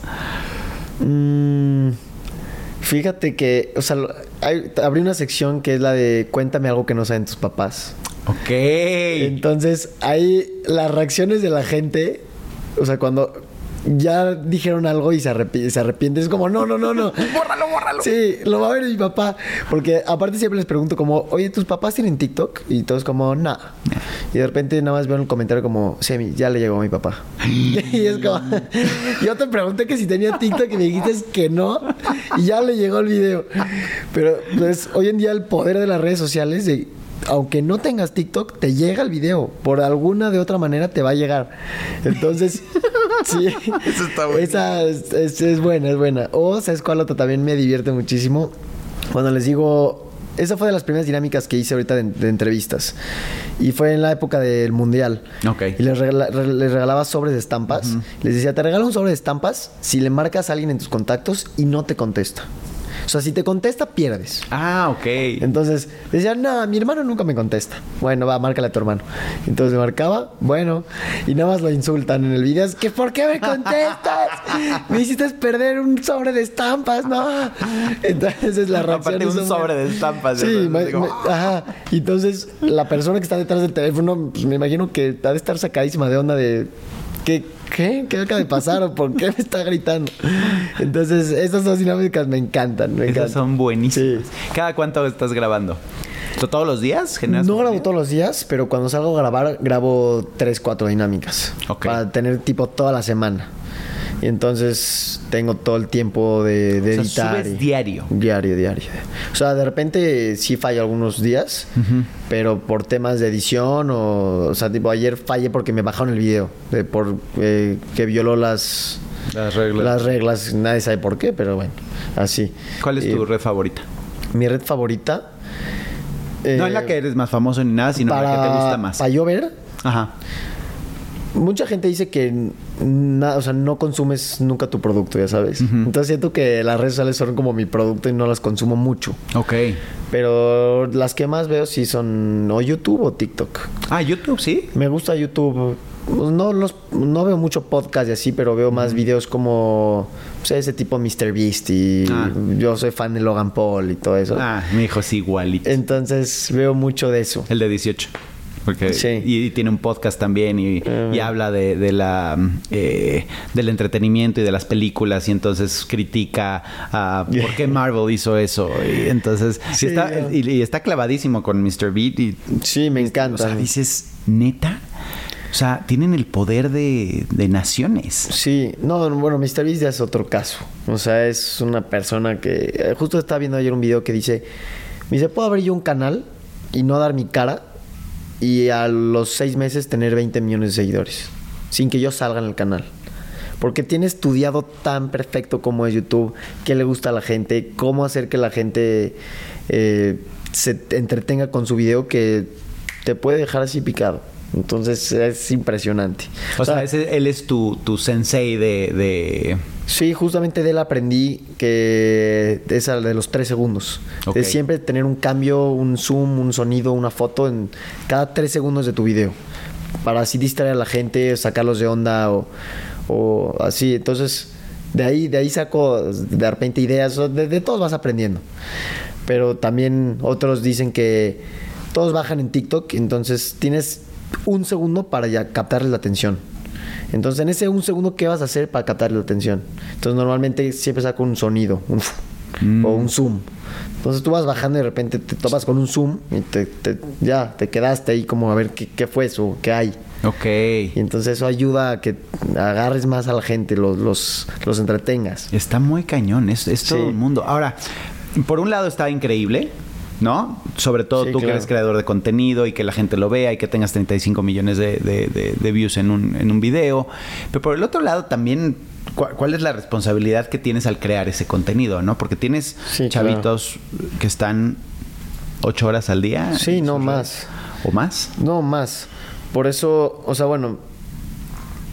Fíjate que, o sea, abrí una sección que es la de cuéntame algo que no saben tus papás. Ok. Entonces, ahí las reacciones de la gente, o sea, cuando ya dijeron algo y se arrepiente, es como, no. Bórralo. Sí, lo va a ver mi papá. Porque aparte siempre les pregunto como, oye, ¿tus papás tienen TikTok? Y todos como, no. Y de repente nada más veo un comentario como, sí, ya le llegó a mi papá. Y es como, yo te pregunté que si tenía TikTok y me dijiste que no. Y ya le llegó el video. Pero pues hoy en día el poder de las redes sociales, aunque no tengas TikTok, te llega el video. Por alguna de otra manera te va a llegar. Entonces, sí. Eso está bueno. Esa es buena. O, ¿sabes cuál otra también me divierte muchísimo? Cuando les digo... Esa fue de las primeras dinámicas que hice ahorita de entrevistas. Y fue en la época del Mundial. Ok. Y les regalaba sobres de estampas. Uh-huh. Les decía, te regalo un sobre de estampas si le marcas a alguien en tus contactos y no te contesta. O sea, si te contesta, pierdes. Ah, ok. Entonces, decía, no, mi hermano nunca me contesta. Bueno, va, márcale a tu hermano. Entonces le marcaba, bueno, y nada más lo insultan en el video. Es que, ¿por qué me contestas? Me hiciste perder un sobre de estampas, ¿no? Entonces la reacción aparte un sobre de estampas. Sí, ajá. Y entonces la persona que está detrás del teléfono, pues me imagino que ha de estar sacadísima de onda de... ¿Qué acaba de pasar? ¿O por qué me está gritando? Entonces, estas dos dinámicas me encantan. Esas son buenísimas. Sí. ¿Cada cuánto estás grabando? ¿Todos los días? No grabo todos los días, pero cuando salgo a grabar, grabo 3-4 dinámicas. Okay. Para tener tipo toda la semana. Y entonces tengo todo el tiempo de editar. ¿Subes diario? Diario. O sea, de repente sí fallo algunos días, uh-huh. Pero por temas de edición o sea, tipo ayer fallé porque me bajaron el video. Que violó las reglas. Nadie sabe por qué, pero bueno, así. ¿Cuál es tu red favorita? Mi red favorita... no es la que eres más famoso ni nada, sino la que te gusta más. ¿Para yo ver? Ajá. Mucha gente dice que o sea, no consumes nunca tu producto, ya sabes. Uh-huh. Entonces siento que las redes sociales son como mi producto y no las consumo mucho. Ok. Pero las que más veo sí son o YouTube o TikTok. Ah, YouTube, ¿sí? Me gusta YouTube. No veo mucho podcast y así, pero veo más videos como ese tipo MrBeast y yo soy fan de Logan Paul y todo eso. Ah, mi hijo es igualito. Entonces veo mucho de eso. El de 18. Porque, sí. Y tiene un podcast también y habla del entretenimiento y de las películas y entonces critica por qué Marvel hizo eso. Y entonces sí está clavadísimo con MrBeast. Sí, me encanta. O sea, dices, ¿neta? O sea, tienen el poder de naciones. Sí. No, bueno, MrBeast ya es otro caso. O sea, es una persona que... Justo estaba viendo ayer un video que dice... ¿puedo abrir yo un canal y no dar mi cara? Y a los 6 meses tener 20 millones de seguidores sin que yo salga en el canal, porque tiene estudiado tan perfecto como es YouTube, qué le gusta a la gente, cómo hacer que la gente se entretenga con su video, que te puede dejar así picado. Entonces es impresionante. O sea, él es tu sensei de... Sí, justamente de él aprendí que esa de los 3 segundos. Okay. De siempre tener un cambio, un zoom, un sonido, una foto en cada 3 segundos de tu video. Para así distraer a la gente, sacarlos de onda o así. Entonces, de ahí saco de repente ideas. De todos vas aprendiendo. Pero también otros dicen que todos bajan en TikTok, entonces tienes 1 segundo para ya captarles la atención. Entonces, en ese 1 segundo, ¿qué vas a hacer para captarle la atención? Entonces, normalmente siempre saco un sonido, o un zoom. Entonces, tú vas bajando y de repente te topas con un zoom y ya te quedaste ahí como a ver qué fue eso, qué hay. Ok. Y entonces eso ayuda a que agarres más a la gente, los entretengas. Está muy cañón, es todo el mundo. Ahora, por un lado está increíble, ¿no? Sobre todo tú, claro, que eres creador de contenido y que la gente lo vea y que tengas 35 millones de views en un video. Pero por el otro lado también, ¿cuál es la responsabilidad que tienes al crear ese contenido, no? Porque tienes chavitos que están 8 horas al día. Sí, no más. ¿O más? No más. Por eso, o sea, bueno,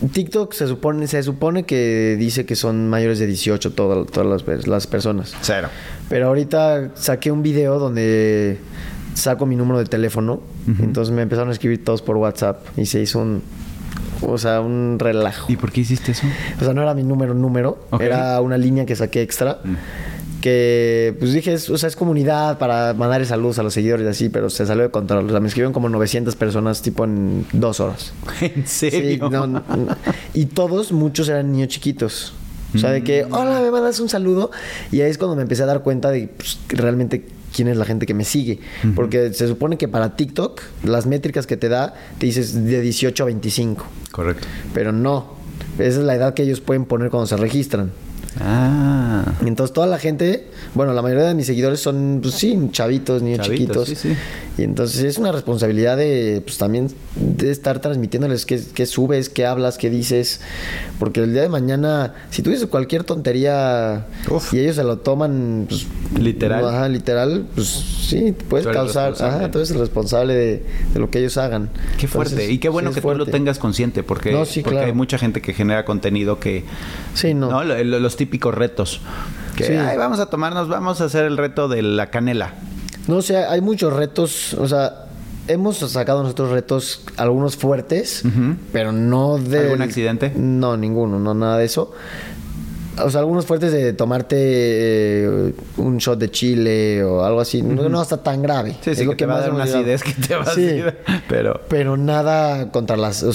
TikTok se supone que dice que son mayores de 18 todas las personas. Cero. Pero ahorita saqué un video donde saco mi número de teléfono. Entonces me empezaron a escribir todos por WhatsApp y se hizo un relajo. ¿Y por qué hiciste eso? O sea, no era mi número. Okay. Era una línea que saqué extra. Que pues dije, es comunidad para mandar saludos a los seguidores y así, pero se salió de control. O sea, me escribieron como 900 personas tipo en 2 horas. ¿En serio? Sí, no. Y muchos eran niños chiquitos. O sea, de que, hola, me mandas un saludo. Y ahí es cuando me empecé a dar cuenta de pues, realmente quién es la gente que me sigue. Porque se supone que para TikTok, las métricas que te da, te dices de 18 a 25. Correcto. Pero no. Esa es la edad que ellos pueden poner cuando se registran. Entonces toda la gente, bueno, la mayoría de mis seguidores son, pues sí, chavitos, niños chiquitos. Sí. Y entonces es una responsabilidad de, pues también de estar transmitiéndoles qué subes, qué hablas, qué dices. Porque el día de mañana, si tú dices cualquier tontería y ellos se lo toman, pues, literal, pues sí, puedes causar. Tú eres el responsable de lo que ellos hagan. Qué fuerte. Entonces, y qué bueno que tú lo tengas consciente, porque claro. Hay mucha gente que genera contenido que. Sí, no. Los típicos retos. Que, vamos a hacer el reto de la canela. No, o sea, hay muchos retos, o sea, hemos sacado nosotros retos, algunos fuertes, pero no de... ¿Algún accidente? No, ninguno, no, nada de eso. O sea, algunos fuertes de tomarte un shot de chile o algo así. No está tan grave. Sí, es lo que va a dar una acidez que te va a decir. Pero nada contra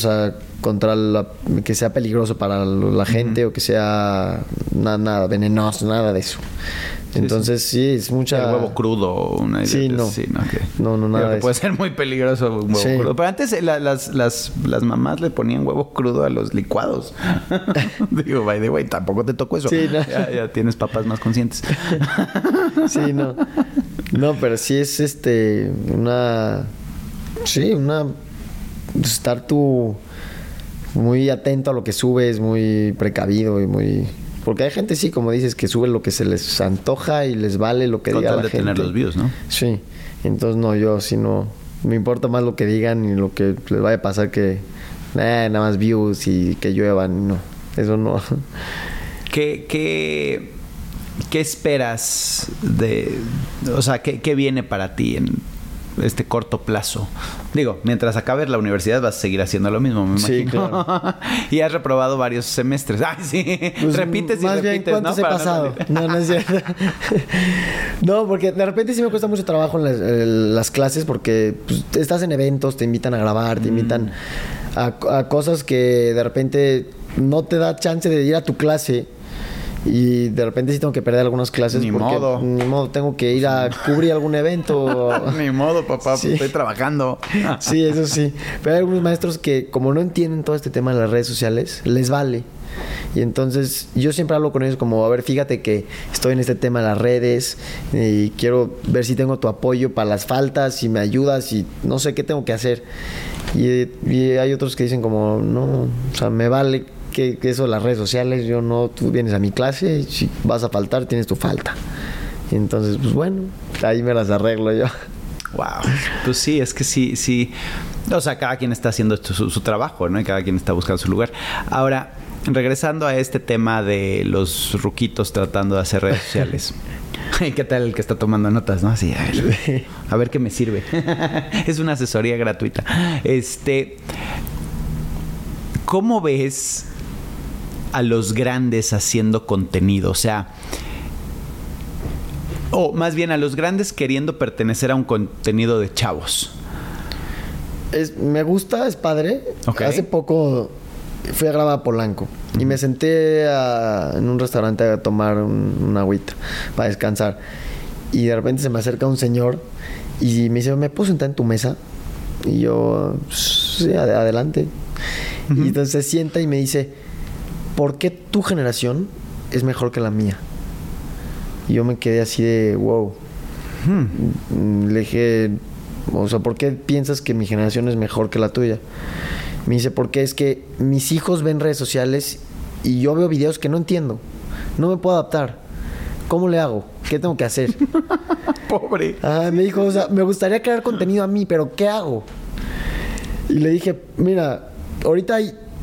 que sea peligroso para la gente o que sea nada venenoso, nada de eso. Entonces sí, es mucha... El huevo crudo. No, nada de eso. Puede ser muy peligroso un huevo crudo. Pero antes las mamás le ponían huevo crudo a los licuados. Digo, by the way, tampoco te tocó eso. Sí, no. Ya tienes papás más conscientes. Sí, no. No, pero sí es estar tú muy atento a lo que subes, muy precavido y muy... Porque hay gente, sí, como dices, que sube lo que se les antoja y les vale lo que diga la gente. Con tal de tener los views, ¿no? Sí. Entonces, no, yo sí no... Me importa más lo que digan y lo que les vaya a pasar que... nada más views y que lluevan. No, eso no. ¿Qué esperas de... O sea, ¿qué viene para ti en este corto plazo? Digo, mientras acabes la universidad vas a seguir haciendo lo mismo, me imagino. Sí, claro. Y has reprobado varios semestres. ¡Ay, sí! Pues repites y más repites, bien, ¿cuántos he pasado? No es cierto. No, porque de repente sí me cuesta mucho trabajo en las clases porque pues, estás en eventos, te invitan a grabar, te invitan a cosas que de repente no te da chance de ir a tu clase. Y de repente sí tengo que perder algunas clases. Ni modo, tengo que ir a cubrir algún evento. Ni modo, papá, sí. Estoy trabajando. Sí, eso sí. Pero hay algunos maestros que, como no entienden todo este tema de las redes sociales, les vale. Y entonces yo siempre hablo con ellos como, a ver, fíjate que estoy en este tema de las redes y quiero ver si tengo tu apoyo para las faltas, si me ayudas y no sé qué tengo que hacer. Y hay otros que dicen como, no, o sea, me vale que eso de las redes sociales, tú vienes a mi clase y si vas a faltar, tienes tu falta. Y entonces, pues bueno, ahí me las arreglo yo. Wow. Pues sí, es que sí. O sea, cada quien está haciendo su trabajo, ¿no? Y cada quien está buscando su lugar. Ahora, regresando a este tema de los ruquitos tratando de hacer redes sociales. ¿Qué tal el que está tomando notas, no? Así, a ver qué me sirve. Es una asesoría gratuita. ¿Cómo ves a los grandes haciendo contenido? O sea, más bien a los grandes queriendo pertenecer a un contenido de chavos. Me gusta, es padre. Okay. Hace poco fui a grabar a Polanco y me senté en un restaurante a tomar una agüita para descansar. Y de repente se me acerca un señor y me dice, ¿me puedo sentar en tu mesa? Y yo, sí, adelante. Y entonces se sienta y me dice, ¿por qué tu generación es mejor que la mía? Y yo me quedé así de wow. Le dije, o sea, ¿por qué piensas que mi generación es mejor que la tuya? Me dice, porque es que mis hijos ven redes sociales y yo veo videos que no entiendo. No me puedo adaptar. ¿Cómo le hago? ¿Qué tengo que hacer? Pobre. Me dijo, o sea, me gustaría crear contenido a mí, pero ¿qué hago? Y le dije, mira, ahorita hay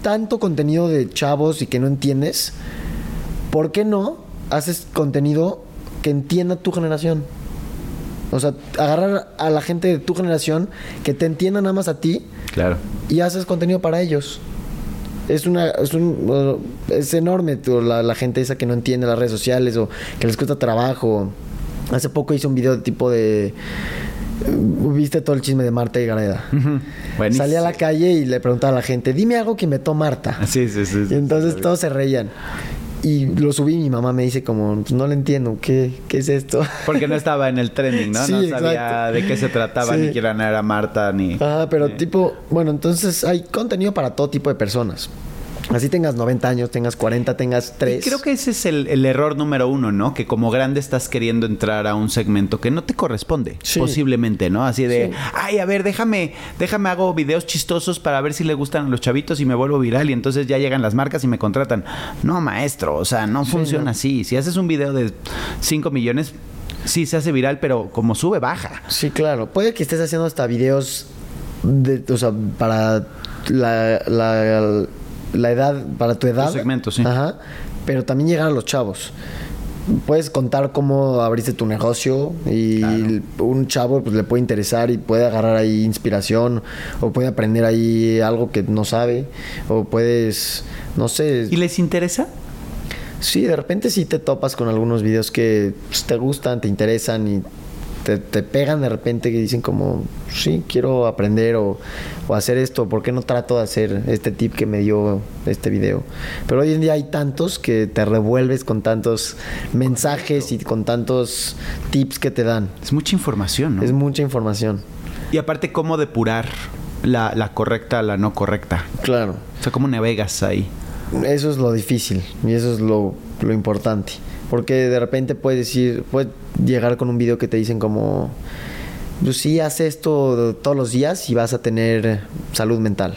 tanto contenido de chavos y que no entiendes, ¿por qué no haces contenido que entienda tu generación? O sea, agarrar a la gente de tu generación que te entienda nada más a ti. Claro. Y haces contenido para ellos. Es enorme la gente esa que no entiende las redes sociales o que les cuesta trabajo. Hace poco hice un video de tipo de... ¿Viste todo el chisme de Marta y Gareda? Salí a la calle y le preguntaba a la gente, dime algo que inventó Marta. Sí. Y entonces todos se reían. Y lo subí y mi mamá me dice como, pues no lo entiendo, ¿qué es esto? Porque no estaba en el trending, ¿no? Sí, no sabía exacto. de qué se trataba, ni quién era Marta, ni... Pero tipo, bueno, entonces hay contenido para todo tipo de personas. Así tengas 90 años, tengas 40, tengas 3. Y creo que ese es el error número 1, ¿no? Que como grande estás queriendo entrar a un segmento que no te corresponde, posiblemente, ¿no? Así de, ay, a ver, déjame hago videos chistosos para ver si le gustan a los chavitos y me vuelvo viral y entonces ya llegan las marcas y me contratan. No, maestro, o sea, no funciona así. Si haces un video de 5 millones, sí se hace viral, pero como sube, baja. Sí, claro. Puede que estés haciendo hasta videos o sea, para la edad, para tu edad. Los segmentos, sí. Ajá. Pero también llegar a los chavos. Puedes contar cómo abriste tu negocio y un chavo pues le puede interesar y puede agarrar ahí inspiración o puede aprender ahí algo que no sabe o puedes, no sé. ¿Y les interesa? Sí, de repente sí te topas con algunos videos que pues, te gustan, te interesan y te pegan de repente que dicen como, sí, quiero aprender o hacer esto, ¿por qué no trato de hacer este tip que me dio este video? Pero hoy en día hay tantos que te revuelves con tantos mensajes y con tantos tips que te dan. Es mucha información, ¿no? Es mucha información. Y aparte, ¿cómo depurar la correcta a la no correcta? Claro. O sea, ¿cómo navegas ahí? Eso es lo difícil y eso es lo importante. Porque de repente puedes llegar con un video que te dicen como, pues sí, haz esto todos los días y vas a tener salud mental.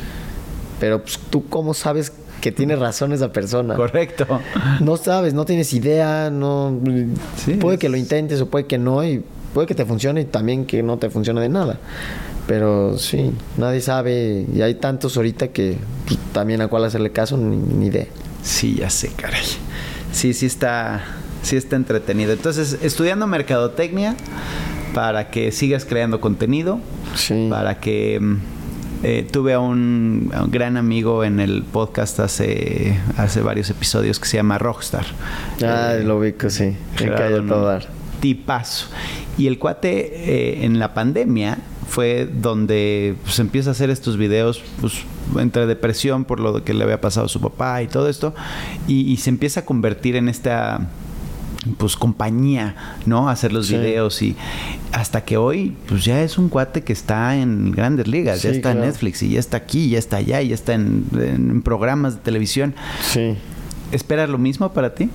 Pero pues tú cómo sabes que tiene razón esa persona. Correcto. No sabes, no tienes idea, no puede que lo intentes o puede que no y puede que te funcione y también que no te funcione de nada. Pero sí, nadie sabe y hay tantos ahorita que pues, también a cuál hacerle caso ni idea. Sí, ya sé, caray. Sí está entretenido. Entonces, estudiando mercadotecnia para que sigas creando contenido, para que tuve a un gran amigo en el podcast hace varios episodios que se llama Rockstar. Lo ubico, sí. Me cayó todo dar. Tipazo. Y el cuate en la pandemia fue donde pues, empieza a hacer estos videos pues, entre depresión por lo que le había pasado a su papá y todo esto y se empieza a convertir en esta pues compañía, ¿no? Hacer los videos y hasta que hoy pues ya es un cuate que está en grandes ligas, ya está en Netflix y ya está aquí, ya está allá y ya está en programas de televisión. Sí. ¿Esperas lo mismo para ti?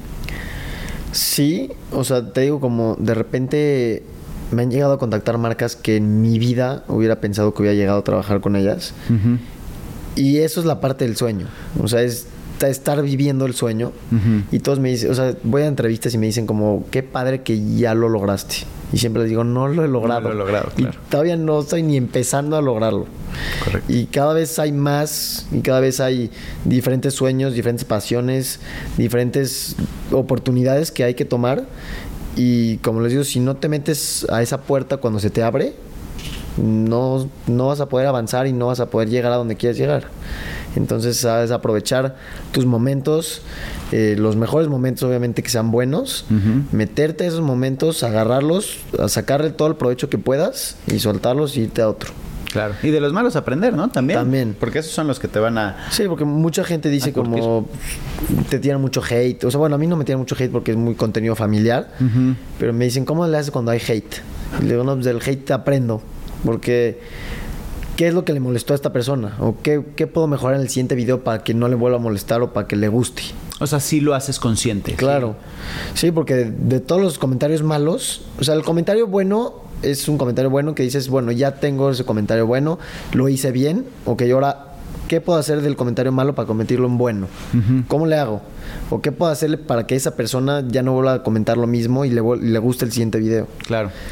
Sí, o sea, te digo como de repente me han llegado a contactar marcas que en mi vida hubiera pensado que hubiera llegado a trabajar con ellas. Uh-huh. Y eso es la parte del sueño. O sea, es estar viviendo el sueño. Uh-huh. Y todos me dicen, o sea, voy a entrevistas y me dicen como, qué padre que ya lo lograste. Y siempre les digo, no lo he logrado. No lo he logrado, claro. Y todavía no estoy ni empezando a lograrlo. Correcto. Y cada vez hay más, y cada vez hay diferentes sueños, diferentes pasiones, diferentes oportunidades que hay que tomar. Y como les digo, si no te metes a esa puerta cuando se te abre, no vas a poder avanzar y no vas a poder llegar a donde quieres llegar. Entonces sabes aprovechar tus momentos, los mejores momentos obviamente que sean buenos, uh-huh. Meterte a esos momentos, agarrarlos, a sacarle todo el provecho que puedas y soltarlos y irte a otro. Claro. Y de los malos aprender, ¿no? También. Porque esos son los que te van a... Sí, porque mucha gente dice como... Te tiran mucho hate. O sea, bueno, a mí no me tiran mucho hate porque es muy contenido familiar. Uh-huh. Pero me dicen, ¿cómo le haces cuando hay hate? Y le digo, no, pues del hate aprendo. Porque... ¿qué es lo que le molestó a esta persona? ¿O qué puedo mejorar en el siguiente video para que no le vuelva a molestar o para que le guste? O sea, sí lo haces consciente. Claro. Sí, porque de todos los comentarios malos... O sea, el comentario bueno... es un comentario bueno que dices, bueno, ya tengo ese comentario bueno, lo hice bien, ok, ahora, ¿qué puedo hacer del comentario malo para convertirlo en bueno? Uh-huh. ¿Cómo le hago? ¿O qué puedo hacerle para que esa persona ya no vuelva a comentar lo mismo y le guste el siguiente video? Claro.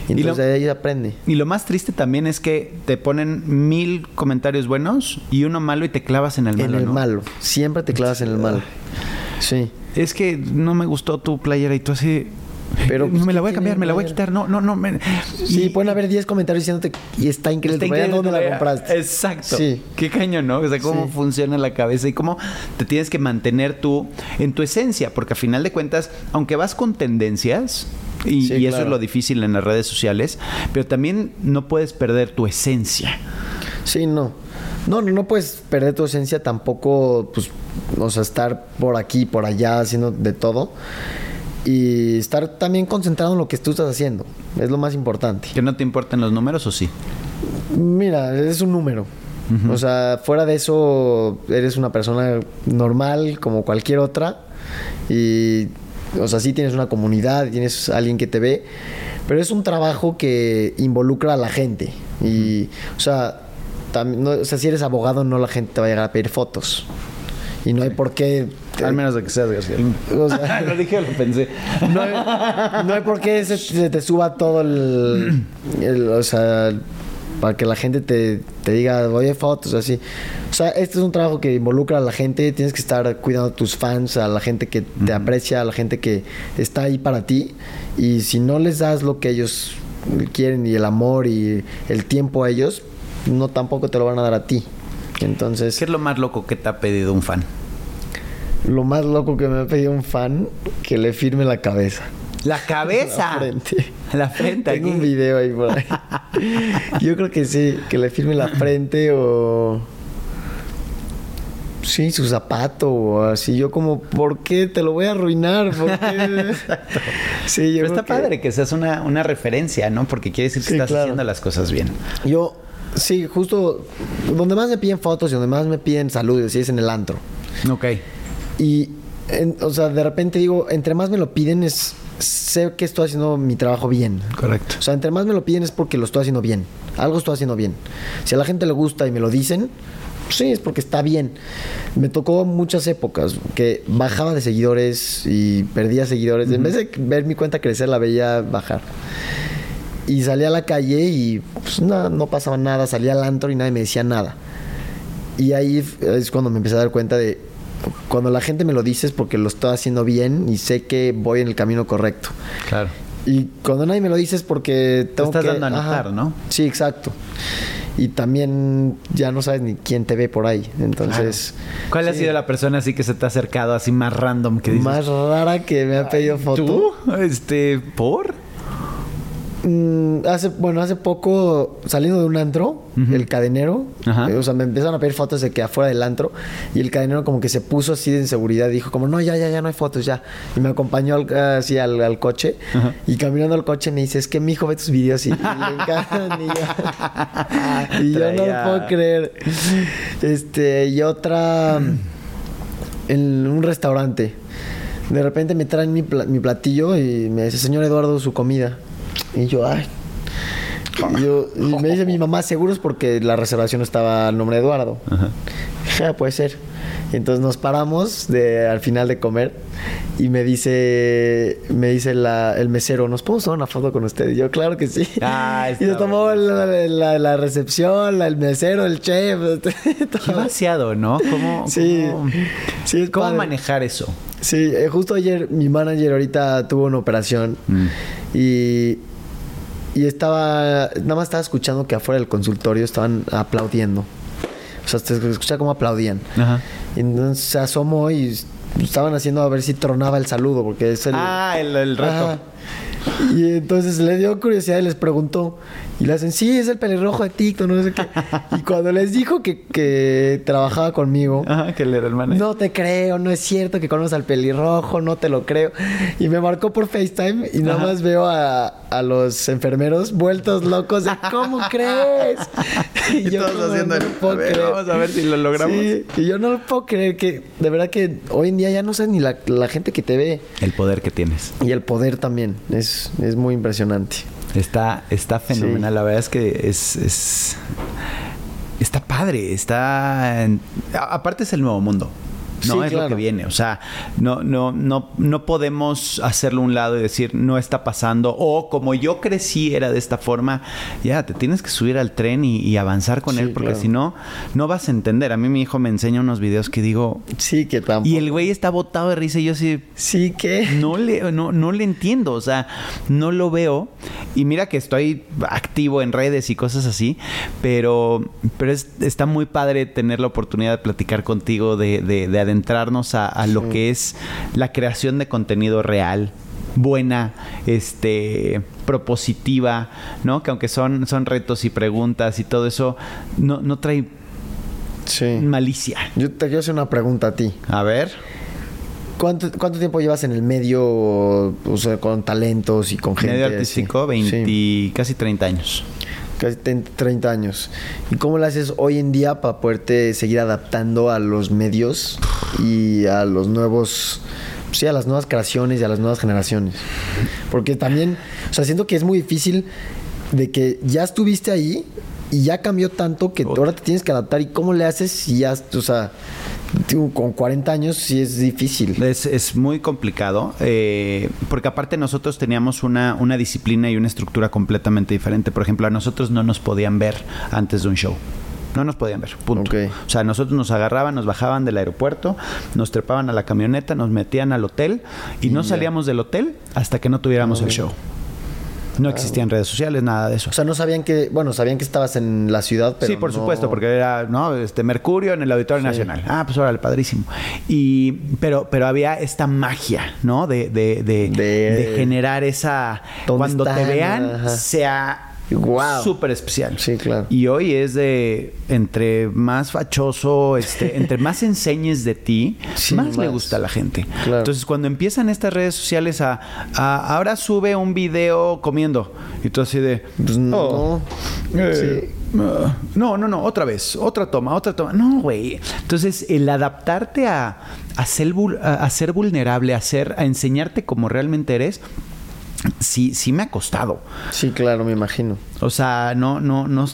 Entonces de ahí aprende. Y lo más triste también es que te ponen 1000 comentarios buenos y uno malo y te clavas en el malo, En el malo. Siempre te clavas en el malo. Sí. Es que no me gustó tu playera y tú así... Pero me la voy a cambiar, me la voy a quitar. No. Sí, pueden haber 10 comentarios diciéndote y está increíble. ¿Dónde la compraste? Exacto. Sí. Qué cañón, ¿no? O sea, cómo funciona la cabeza y cómo te tienes que mantener tú en tu esencia. Porque a final de cuentas, aunque vas con tendencias, y eso es lo difícil en las redes sociales, pero también no puedes perder tu esencia. Sí, no puedes perder tu esencia tampoco, pues, o sea, estar por aquí, por allá, haciendo de todo. Y estar también concentrado en lo que tú estás haciendo. Es lo más importante. ¿Que no te importan los números o sí? Mira, es un número. Uh-huh. O sea, fuera de eso, eres una persona normal como cualquier otra. Y, o sea, sí tienes una comunidad, tienes alguien que te ve. Pero es un trabajo que involucra a la gente. Y, o sea, si eres abogado, no la gente te va a llegar a pedir fotos. Y no hay por qué... Al menos de que seas García. O sea, lo dije, lo pensé. No hay por qué se te suba todo o sea, para que la gente te diga, oye, fotos, así. O sea, este es un trabajo que involucra a la gente. Tienes que estar cuidando a tus fans, a la gente que te aprecia, a la gente que está ahí para ti. Y si no les das lo que ellos quieren y el amor y el tiempo a ellos, no tampoco te lo van a dar a ti. Entonces, ¿qué es lo más loco que te ha pedido un fan? Lo más loco que me ha pedido un fan, que le firme la cabeza. ¿La cabeza? La frente. Tengo un video ahí por ahí. Yo creo que sí, que le firme la frente o... Sí, su zapato o así. Yo como, ¿por qué te lo voy a arruinar? ¿Por qué? Sí, pero está padre que seas una referencia, ¿no? Porque quiere decir que estás haciendo las cosas bien. Sí, justo donde más me piden fotos y donde más me piden saludos, y es en el antro. Ok. Y, o sea, de repente digo, entre más me lo piden sé que estoy haciendo mi trabajo bien. Correcto. O sea, entre más me lo piden es porque lo estoy haciendo bien. Algo estoy haciendo bien. Si a la gente le gusta y me lo dicen, sí, es porque está bien. Me tocó muchas épocas que bajaba de seguidores y perdía seguidores. En vez de ver mi cuenta crecer, la veía bajar. Y salía a la calle y pues, no pasaba nada. Salía al antro y nadie me decía nada. Y ahí es cuando me empecé a dar cuenta de... Cuando la gente me lo dice es porque lo estoy haciendo bien y sé que voy en el camino correcto. Claro. Y cuando nadie me lo dice es porque tengo te estás dando a notar, ¿no? Sí, exacto. Y también ya no sabes ni quién te ve por ahí. Entonces... Claro. ¿Cuál ha sido la persona así que se te ha acercado así más random que dices? Más rara que me ha pedido foto. ¿Tú? ¿Por? Hace poco, saliendo de un antro, el cadenero, o sea, me empezaron a pedir fotos de que afuera del antro, y el cadenero como que se puso así de inseguridad, dijo como, no, ya no hay fotos, ya. Y me acompañó así al coche, y caminando al coche me dice, es que mi hijo ve tus videos y le encantan, y yo no lo puedo creer. Y otra, en un restaurante, de repente me traen mi platillo y me dice, señor Eduardo, su comida. Y yo, y me dice mi mamá, seguro es porque la reservación estaba al nombre de Eduardo. Puede ser. Entonces nos paramos al final de comer y me dice el mesero, ¿nos podemos tomar una foto con usted? Y yo, claro que sí. Y nos tomó la recepción, el mesero, el chef. Qué vaciado, ¿no? ¿Cómo manejar eso? Sí, justo ayer mi manager ahorita tuvo una operación y nada más estaba escuchando que afuera del consultorio estaban aplaudiendo. O sea, se escucha cómo aplaudían. Ajá. Y entonces se asomó y estaban haciendo a ver si tronaba el saludo, porque es el reto. Ajá. Y entonces le dio curiosidad y les preguntó. Y le hacen, sí, es el pelirrojo de TikTok, no sé qué. Y cuando les dijo que trabajaba conmigo, que él era el manager. No te creo, no es cierto que conoces al pelirrojo, no te lo creo. Y me marcó por FaceTime y nada más veo a los enfermeros vueltos locos de ¿cómo crees? Y yo todos haciendo vamos a ver si lo logramos. Sí, y yo no lo puedo creer, que de verdad que hoy en día ya no sabes ni la gente que te ve. El poder que tienes. Y el poder también, es muy impresionante. Está fenomenal, sí. La verdad es que está padre, aparte es el nuevo mundo. No Sí, es claro. lo que viene. O sea, no podemos hacerlo a un lado y decir, no está pasando. O como yo crecí era de esta forma, ya, te tienes que subir al tren y avanzar con Sí, él, porque claro. si no, no vas a entender. A mí mi hijo me enseña unos videos que digo... Sí, que tampoco. Y el güey está botado de risa y yo así... Sí, que... No le entiendo, o sea, no lo veo. Y mira que estoy activo en redes y cosas así, pero está muy padre tener la oportunidad de platicar contigo, de adentrarnos a lo que es la creación de contenido real, buena, propositiva, ¿no? Que aunque son retos y preguntas y todo eso, no trae Sí. malicia. Yo te quiero hacer una pregunta a ti. A ver. ¿Cuánto tiempo llevas en el medio, o sea, con talentos y con gente? Medio artístico, así? casi 30 años. Casi 30 años. ¿Y cómo lo haces hoy en día para poderte seguir adaptando a los medios y a los nuevos... Sí, a las nuevas creaciones y a las nuevas generaciones? Porque también, o sea, siento que es muy difícil de que ya estuviste ahí y ya cambió tanto que ahora te tienes que adaptar. ¿Y cómo le haces si ya, o sea, con 40 años sí es difícil? Es muy complicado, porque aparte nosotros teníamos una disciplina y una estructura completamente diferente. Por ejemplo, a nosotros no nos podían ver antes de un show. No nos podían ver, punto. Okay. O sea, nosotros nos agarraban, nos bajaban del aeropuerto, nos trepaban a la camioneta, nos metían al hotel y no salíamos del hotel hasta que no tuviéramos el show. No existían redes sociales, nada de eso. O sea, no sabían que... Bueno, sabían que estabas en la ciudad, pero sí, por no... supuesto, porque era, ¿no? Mercurio en el Auditorio Nacional. Ah, pues órale, padrísimo. Pero había esta magia, ¿no? De generar esa... Cuando están? te vean, Ajá. sea... Wow. Súper especial. Sí, claro. Y hoy es de entre más fachoso, entre más enseñes de ti, Sí, más le más. gusta a la gente. Claro. Entonces, cuando empiezan estas redes sociales ahora sube un video comiendo. Y tú así de... Pues no. Sí. No, otra vez, otra toma. No, güey. Entonces, el adaptarte a ser vulnerable, a enseñarte como realmente eres, sí me ha costado. Sí, claro, me imagino. O sea, no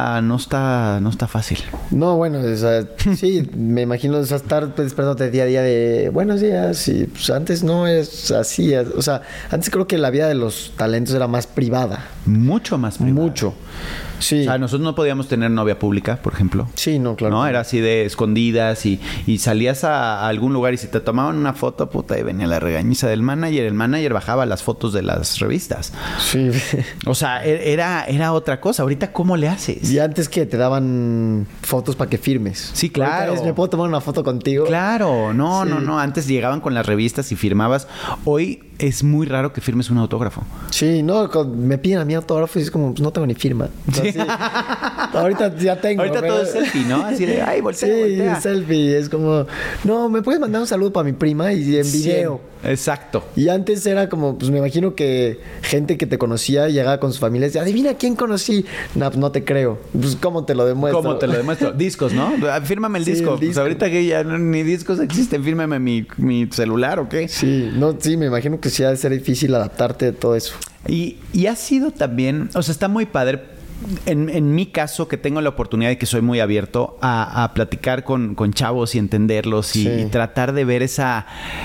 está fácil. No, bueno, o sea, sí, me imagino, o sea, estar despertándote día a día de buenos días y pues antes no es así, o sea, antes creo que la vida de los talentos era más privada. Mucho más privada. Mucho. Sí. O sea, nosotros no podíamos tener novia pública, por ejemplo. Sí, no, claro. No, era así de escondidas y salías a algún lugar y si te tomaban una foto, puta, y venía la regañiza del manager. El manager bajaba las fotos de las revistas. Sí. O sea, era otra cosa. Ahorita, ¿cómo le haces? Y antes que te daban fotos para que firmes. Sí, claro. Ahorita ¿me puedo tomar una foto contigo? Claro, no. Sí. Antes llegaban con las revistas y firmabas. Hoy es muy raro que firmes un autógrafo. Sí, no, me piden a mí autógrafo y es como, pues no tengo ni firma. Entonces, sí. Ahorita ya tengo. Ahorita pero... todo es selfie, ¿no? Así de, ay, voltea. Sí, selfie. Es como, no, ¿me puedes mandar un saludo para mi prima? Y en video. Exacto. Y antes era como, pues me imagino que gente que te conocía llegaba con sus familias y decía, adivina quién conocí. No, pues no te creo. Pues ¿cómo te lo demuestro? ¿Cómo te lo demuestro? Discos, ¿no? Fírmame el Sí, disco. el Pues disco. ahorita que ya ni discos existen, fírmame mi celular, ¿o qué? Sí, no, sí, me imagino que sí ha de ser difícil adaptarte a todo eso. Y ha sido también, o sea, está muy padre. En mi caso, que tengo la oportunidad y que soy muy abierto a platicar con chavos y entenderlos y tratar de ver esa...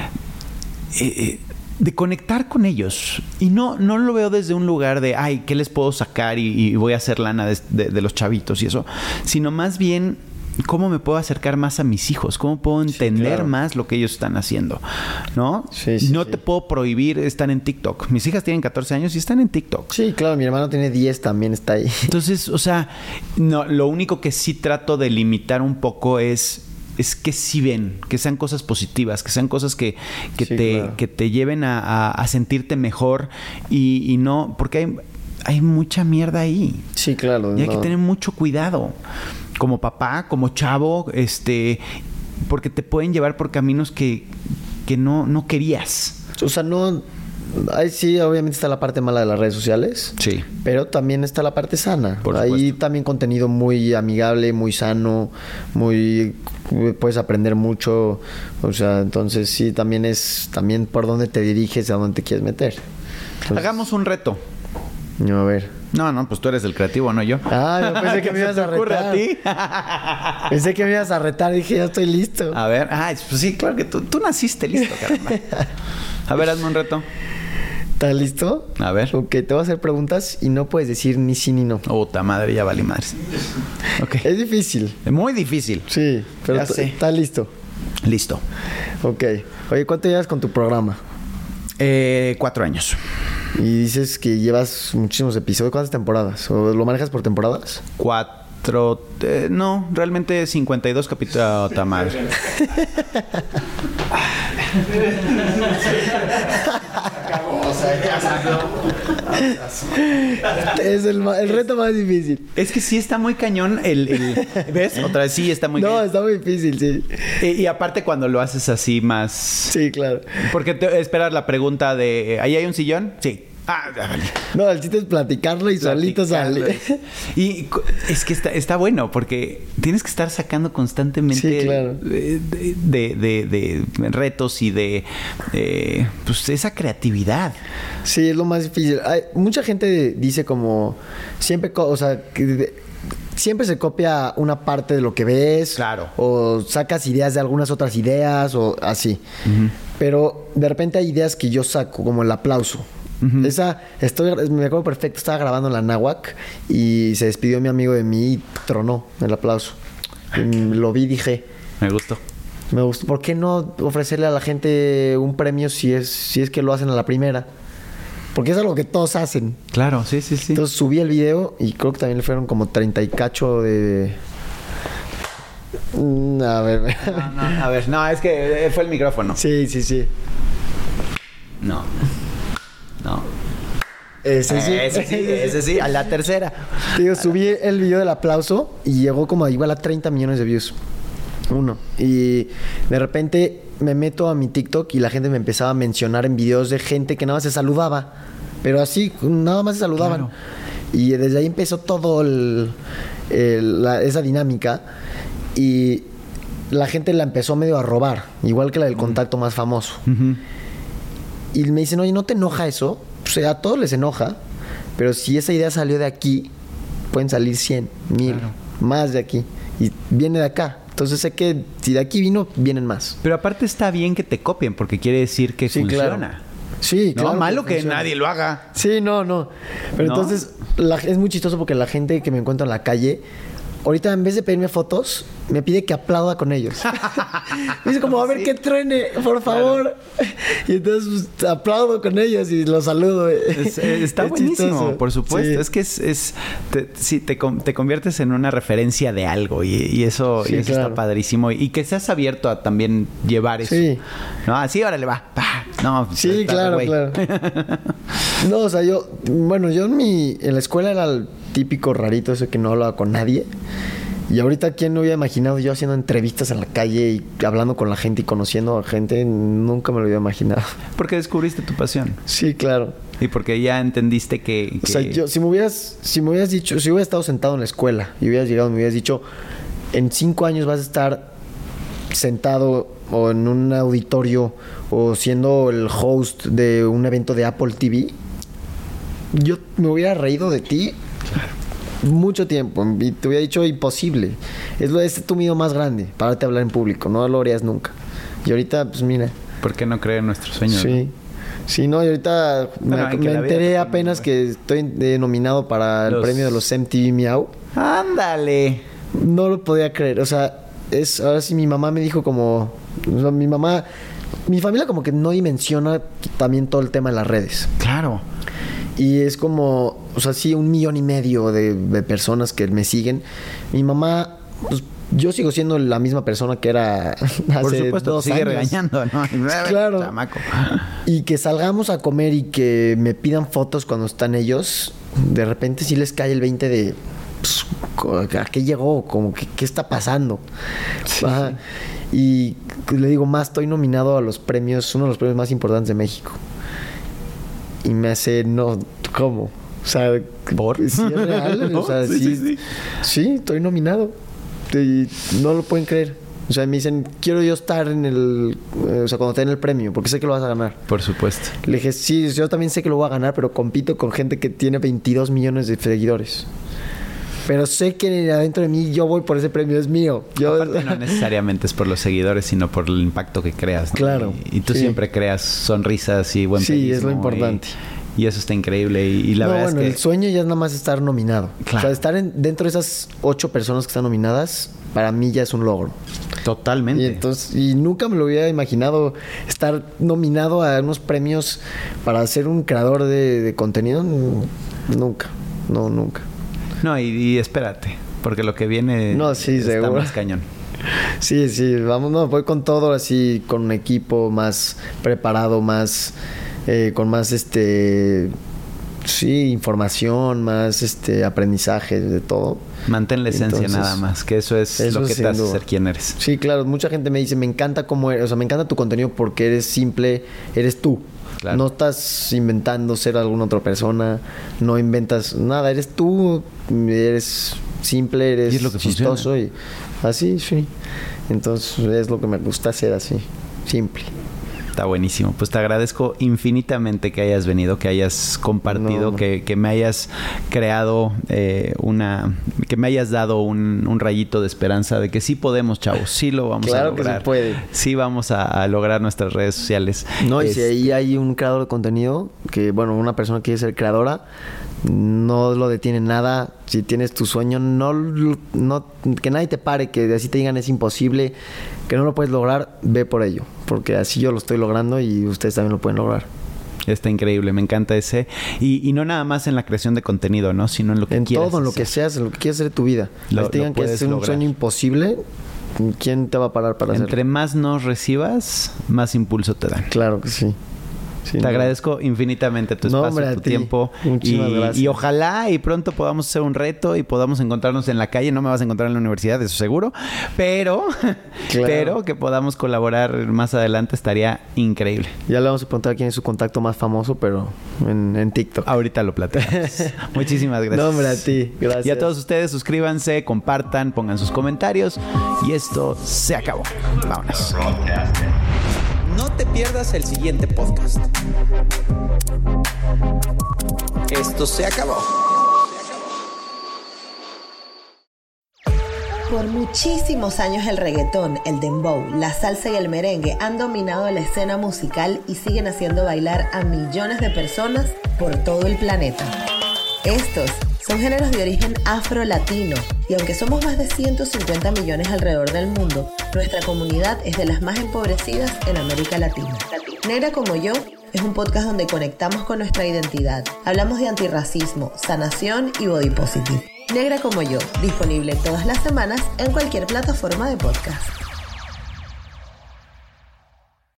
de conectar con ellos. Y no lo veo desde un lugar de, ay, ¿qué les puedo sacar? Y voy a hacer lana de los chavitos y eso. Sino más bien, ¿cómo me puedo acercar más a mis hijos? ¿Cómo puedo entender más lo que ellos están haciendo? ¿No? No te puedo prohibir estar en TikTok. Mis hijas tienen 14 años y están en TikTok. Sí, claro, mi hermano tiene 10, también está ahí. Entonces, o sea, no, lo único que sí trato de limitar un poco es que sí ven, que sean cosas positivas, que sean cosas que te lleven a sentirte mejor y no, porque hay mucha mierda ahí. Sí, claro. Y hay que tener mucho cuidado. Como papá, como chavo, porque te pueden llevar por caminos que no querías. O sea, no... Ahí sí, obviamente está la parte mala de las redes sociales. Sí. Pero también está la parte sana. Por ahí supuesto. también contenido muy amigable, muy sano, puedes aprender mucho. O sea, entonces sí, también es por dónde te diriges, a dónde te quieres meter. Entonces, Hagamos un reto. a ver. No, pues tú eres el creativo, no yo. Ah, yo pensé que me ibas a retar. ¿A ti? Pensé que me ibas a retar. Dije, ya estoy listo. A ver. Pues sí, claro que tú naciste listo, caramba. A ver, hazme un reto. ¿Estás listo? A ver. Ok, te voy a hacer preguntas y no puedes decir ni sí ni no. Puta madre, ya valí madres. Ok. Es difícil. Muy difícil. Sí, pero Ya sé. ¿estás listo? Listo. Ok. Oye, ¿cuánto llevas con tu programa? 4 años. Y dices que llevas muchísimos episodios. ¿Cuántas temporadas? ¿O lo manejas por temporadas? 4... no, realmente 52 capítulos. Puta madre. Es el reto más difícil. Es que sí está muy cañón ¿ves? Otra vez sí está muy No, cañón. está muy difícil, sí. Y aparte cuando lo haces así más... Sí, claro. Porque te esperas la pregunta de... ¿ahí hay un sillón? Sí. Vale. No, el chiste es platicarlo y solito sale. Y es que está bueno porque tienes que estar sacando constantemente Sí, claro. de retos y de pues esa creatividad. Sí, es lo más difícil. Mucha gente dice como siempre, o sea, siempre se copia una parte de lo que ves. Claro. O sacas ideas de algunas otras ideas o así. Uh-huh. Pero de repente hay ideas que yo saco, como el aplauso. Uh-huh. Me acuerdo perfecto, estaba grabando en la Náhuac y se despidió mi amigo de mí y tronó el aplauso. Lo vi y dije... Me gustó. ¿Por qué no ofrecerle a la gente un premio si es que lo hacen a la primera? Porque es algo que todos hacen. Claro, sí. Entonces subí el video y creo que también le fueron como 30 y cacho de... A ver. A ver, no, es que fue el micrófono. Sí. No. Ese sí, a la tercera. Digo, subí el video del aplauso y llegó como igual a 30 millones de views. Y de repente me meto a mi TikTok y la gente me empezaba a mencionar en videos de gente que nada más se saludaba. Pero así, nada más se saludaban. Claro. Y desde ahí empezó todo esa dinámica. Y la gente la empezó medio a robar. Igual que la del contacto más famoso. Uh-huh. Y me dicen, oye, ¿no te enoja eso? Pues a todos les enoja. Pero si esa idea salió de aquí, pueden salir 100, 1000, claro, más de aquí. Y viene de acá. Entonces sé que si de aquí vino, vienen más. Pero aparte está bien que te copien, porque quiere decir que funciona. Claro. Sí, no, claro. Malo que nadie lo haga. Sí, no. Pero ¿no? Entonces es muy chistoso porque la gente que me encuentra en la calle, ahorita en vez de pedirme fotos, me pide que aplauda con ellos. Me dice como, a ver, sí, que truene, por favor. Claro. Y entonces pues, aplaudo con ellos y los saludo. Está buenísimo, chistoso, por supuesto. Sí. Es que te conviertes en una referencia de algo y eso, sí, y eso claro, está padrísimo. Y que seas abierto a también llevar eso. Sí. ¿No? Así, órale, va. No, sí, claro. No, o sea, yo en la escuela era el típico rarito ese que no hablaba con nadie. Y ahorita, ¿quién no hubiera imaginado yo haciendo entrevistas en la calle y hablando con la gente y conociendo a gente? Nunca me lo hubiera imaginado. Porque descubriste tu pasión. Sí, claro. Y porque ya entendiste que... O sea, si me hubieras dicho, si hubiera estado sentado en la escuela y hubieras llegado y me hubieras dicho, en 5 años vas a estar sentado o en un auditorio o siendo el host de un evento de Apple TV, yo me hubiera reído de ti mucho tiempo y te hubiera dicho imposible. Es tu miedo más grande, pararte a hablar en público, no lo harías nunca. Y ahorita, pues mira. ¿Por qué no creer en nuestros sueños? Sí. ¿No? Sí, no, y ahorita me enteré apenas que estoy nominado para el premio de los MTV Miau. ¡Ándale! No lo podía creer, o sea, ahora sí mi mamá me dijo como... O sea, mi familia como que no dimensiona también todo el tema de las redes. Claro. Y es como, o sea, sí, 1,5 millones de personas que me siguen. Mi mamá, pues, yo sigo siendo la misma persona que era hace 2 años. Por supuesto, sigue regañando, ¿no? Claro. Chamaco. Y que salgamos a comer y que me pidan fotos cuando están ellos, de repente sí les cae el 20 de... Pues, ¿a qué llegó? Como que, ¿qué está pasando? Sí. Y le digo, estoy nominado a los premios, uno de los premios más importantes de México. Y me hace, no, ¿cómo? O sea, ¿por? Sí, es real. ¿No? O sea, sí, estoy nominado. Y no lo pueden creer. O sea, me dicen, quiero yo estar en el... o sea, cuando te den el premio, porque sé que lo vas a ganar. Por supuesto. Le dije, sí, yo también sé que lo voy a ganar, pero compito con gente que tiene 22 millones de seguidores. Pero sé que adentro de mí yo voy por ese premio, es mío. Aparte, no necesariamente es por los seguidores, sino por el impacto que creas, ¿no? Claro. Y tú siempre creas sonrisas y buen Sí, es lo importante. Y eso está increíble. Y la verdad es que... el sueño ya es nada más estar nominado. Claro. O sea, estar dentro de esas 8 personas que están nominadas, para mí ya es un logro. Totalmente. Y nunca me lo hubiera imaginado estar nominado a unos premios para ser un creador de contenido. Nunca. No, nunca. No, y espérate, porque lo que viene está seguro. Más cañón. Sí, vamos, voy con todo así, con un equipo más preparado, más con más información, más aprendizaje de todo. Mantén la esencia. Entonces, nada más, que eso es lo que te hace ser quien eres. Sí, claro, mucha gente me dice, me encanta cómo eres, o sea, me encanta tu contenido porque eres simple, eres tú. Claro. No estás inventando ser alguna otra persona, no inventas nada, eres tú, eres simple, eres chistoso funciona. Y así, sí. Entonces es lo que me gusta hacer así, simple. Está buenísimo. Pues te agradezco infinitamente que hayas venido, que hayas compartido, que me hayas creado que me hayas dado un rayito de esperanza de que sí podemos, chavos, sí lo vamos a lograr. Claro que se puede. Sí vamos a lograr nuestras redes sociales. No, y si ahí hay un creador de contenido, que bueno, una persona que quiere ser creadora, no lo detiene nada. Si tienes tu sueño, no que nadie te pare, que así te digan es imposible, que no lo puedes lograr, ve por ello, porque así yo lo estoy logrando y ustedes también lo pueden lograr. Está increíble, me encanta ese. Y no nada más en la creación de contenido, ¿no? Sino en lo que quieras. En todo, en lo que seas, en lo que quieras hacer de tu vida. Si te digan que es un sueño imposible, ¿quién te va a parar para hacerlo? Entre más nos recibas, más impulso te dan. Claro que sí. Sí, te agradezco infinitamente tu espacio, tu tiempo. Muchísimas gracias. Y ojalá y pronto podamos hacer un reto y podamos encontrarnos en la calle. No me vas a encontrar en la universidad, eso seguro. Pero que podamos colaborar más adelante estaría increíble. Ya le vamos a preguntar quién es su contacto más famoso, pero en TikTok. Ahorita lo platicamos. Muchísimas gracias. No, hombre, a ti. Gracias. Y a todos ustedes, suscríbanse, compartan, pongan sus comentarios. Y esto se acabó. Vámonos. No te pierdas el siguiente podcast. Esto se acabó. Por muchísimos años el reggaetón, el dembow, la salsa y el merengue han dominado la escena musical y siguen haciendo bailar a millones de personas por todo el planeta. Estos son géneros de origen afro-latino y aunque somos más de 150 millones alrededor del mundo, nuestra comunidad es de las más empobrecidas en América Latina. Negra como yo es un podcast donde conectamos con nuestra identidad. Hablamos de antirracismo, sanación y body positive. Negra como yo, disponible todas las semanas en cualquier plataforma de podcast.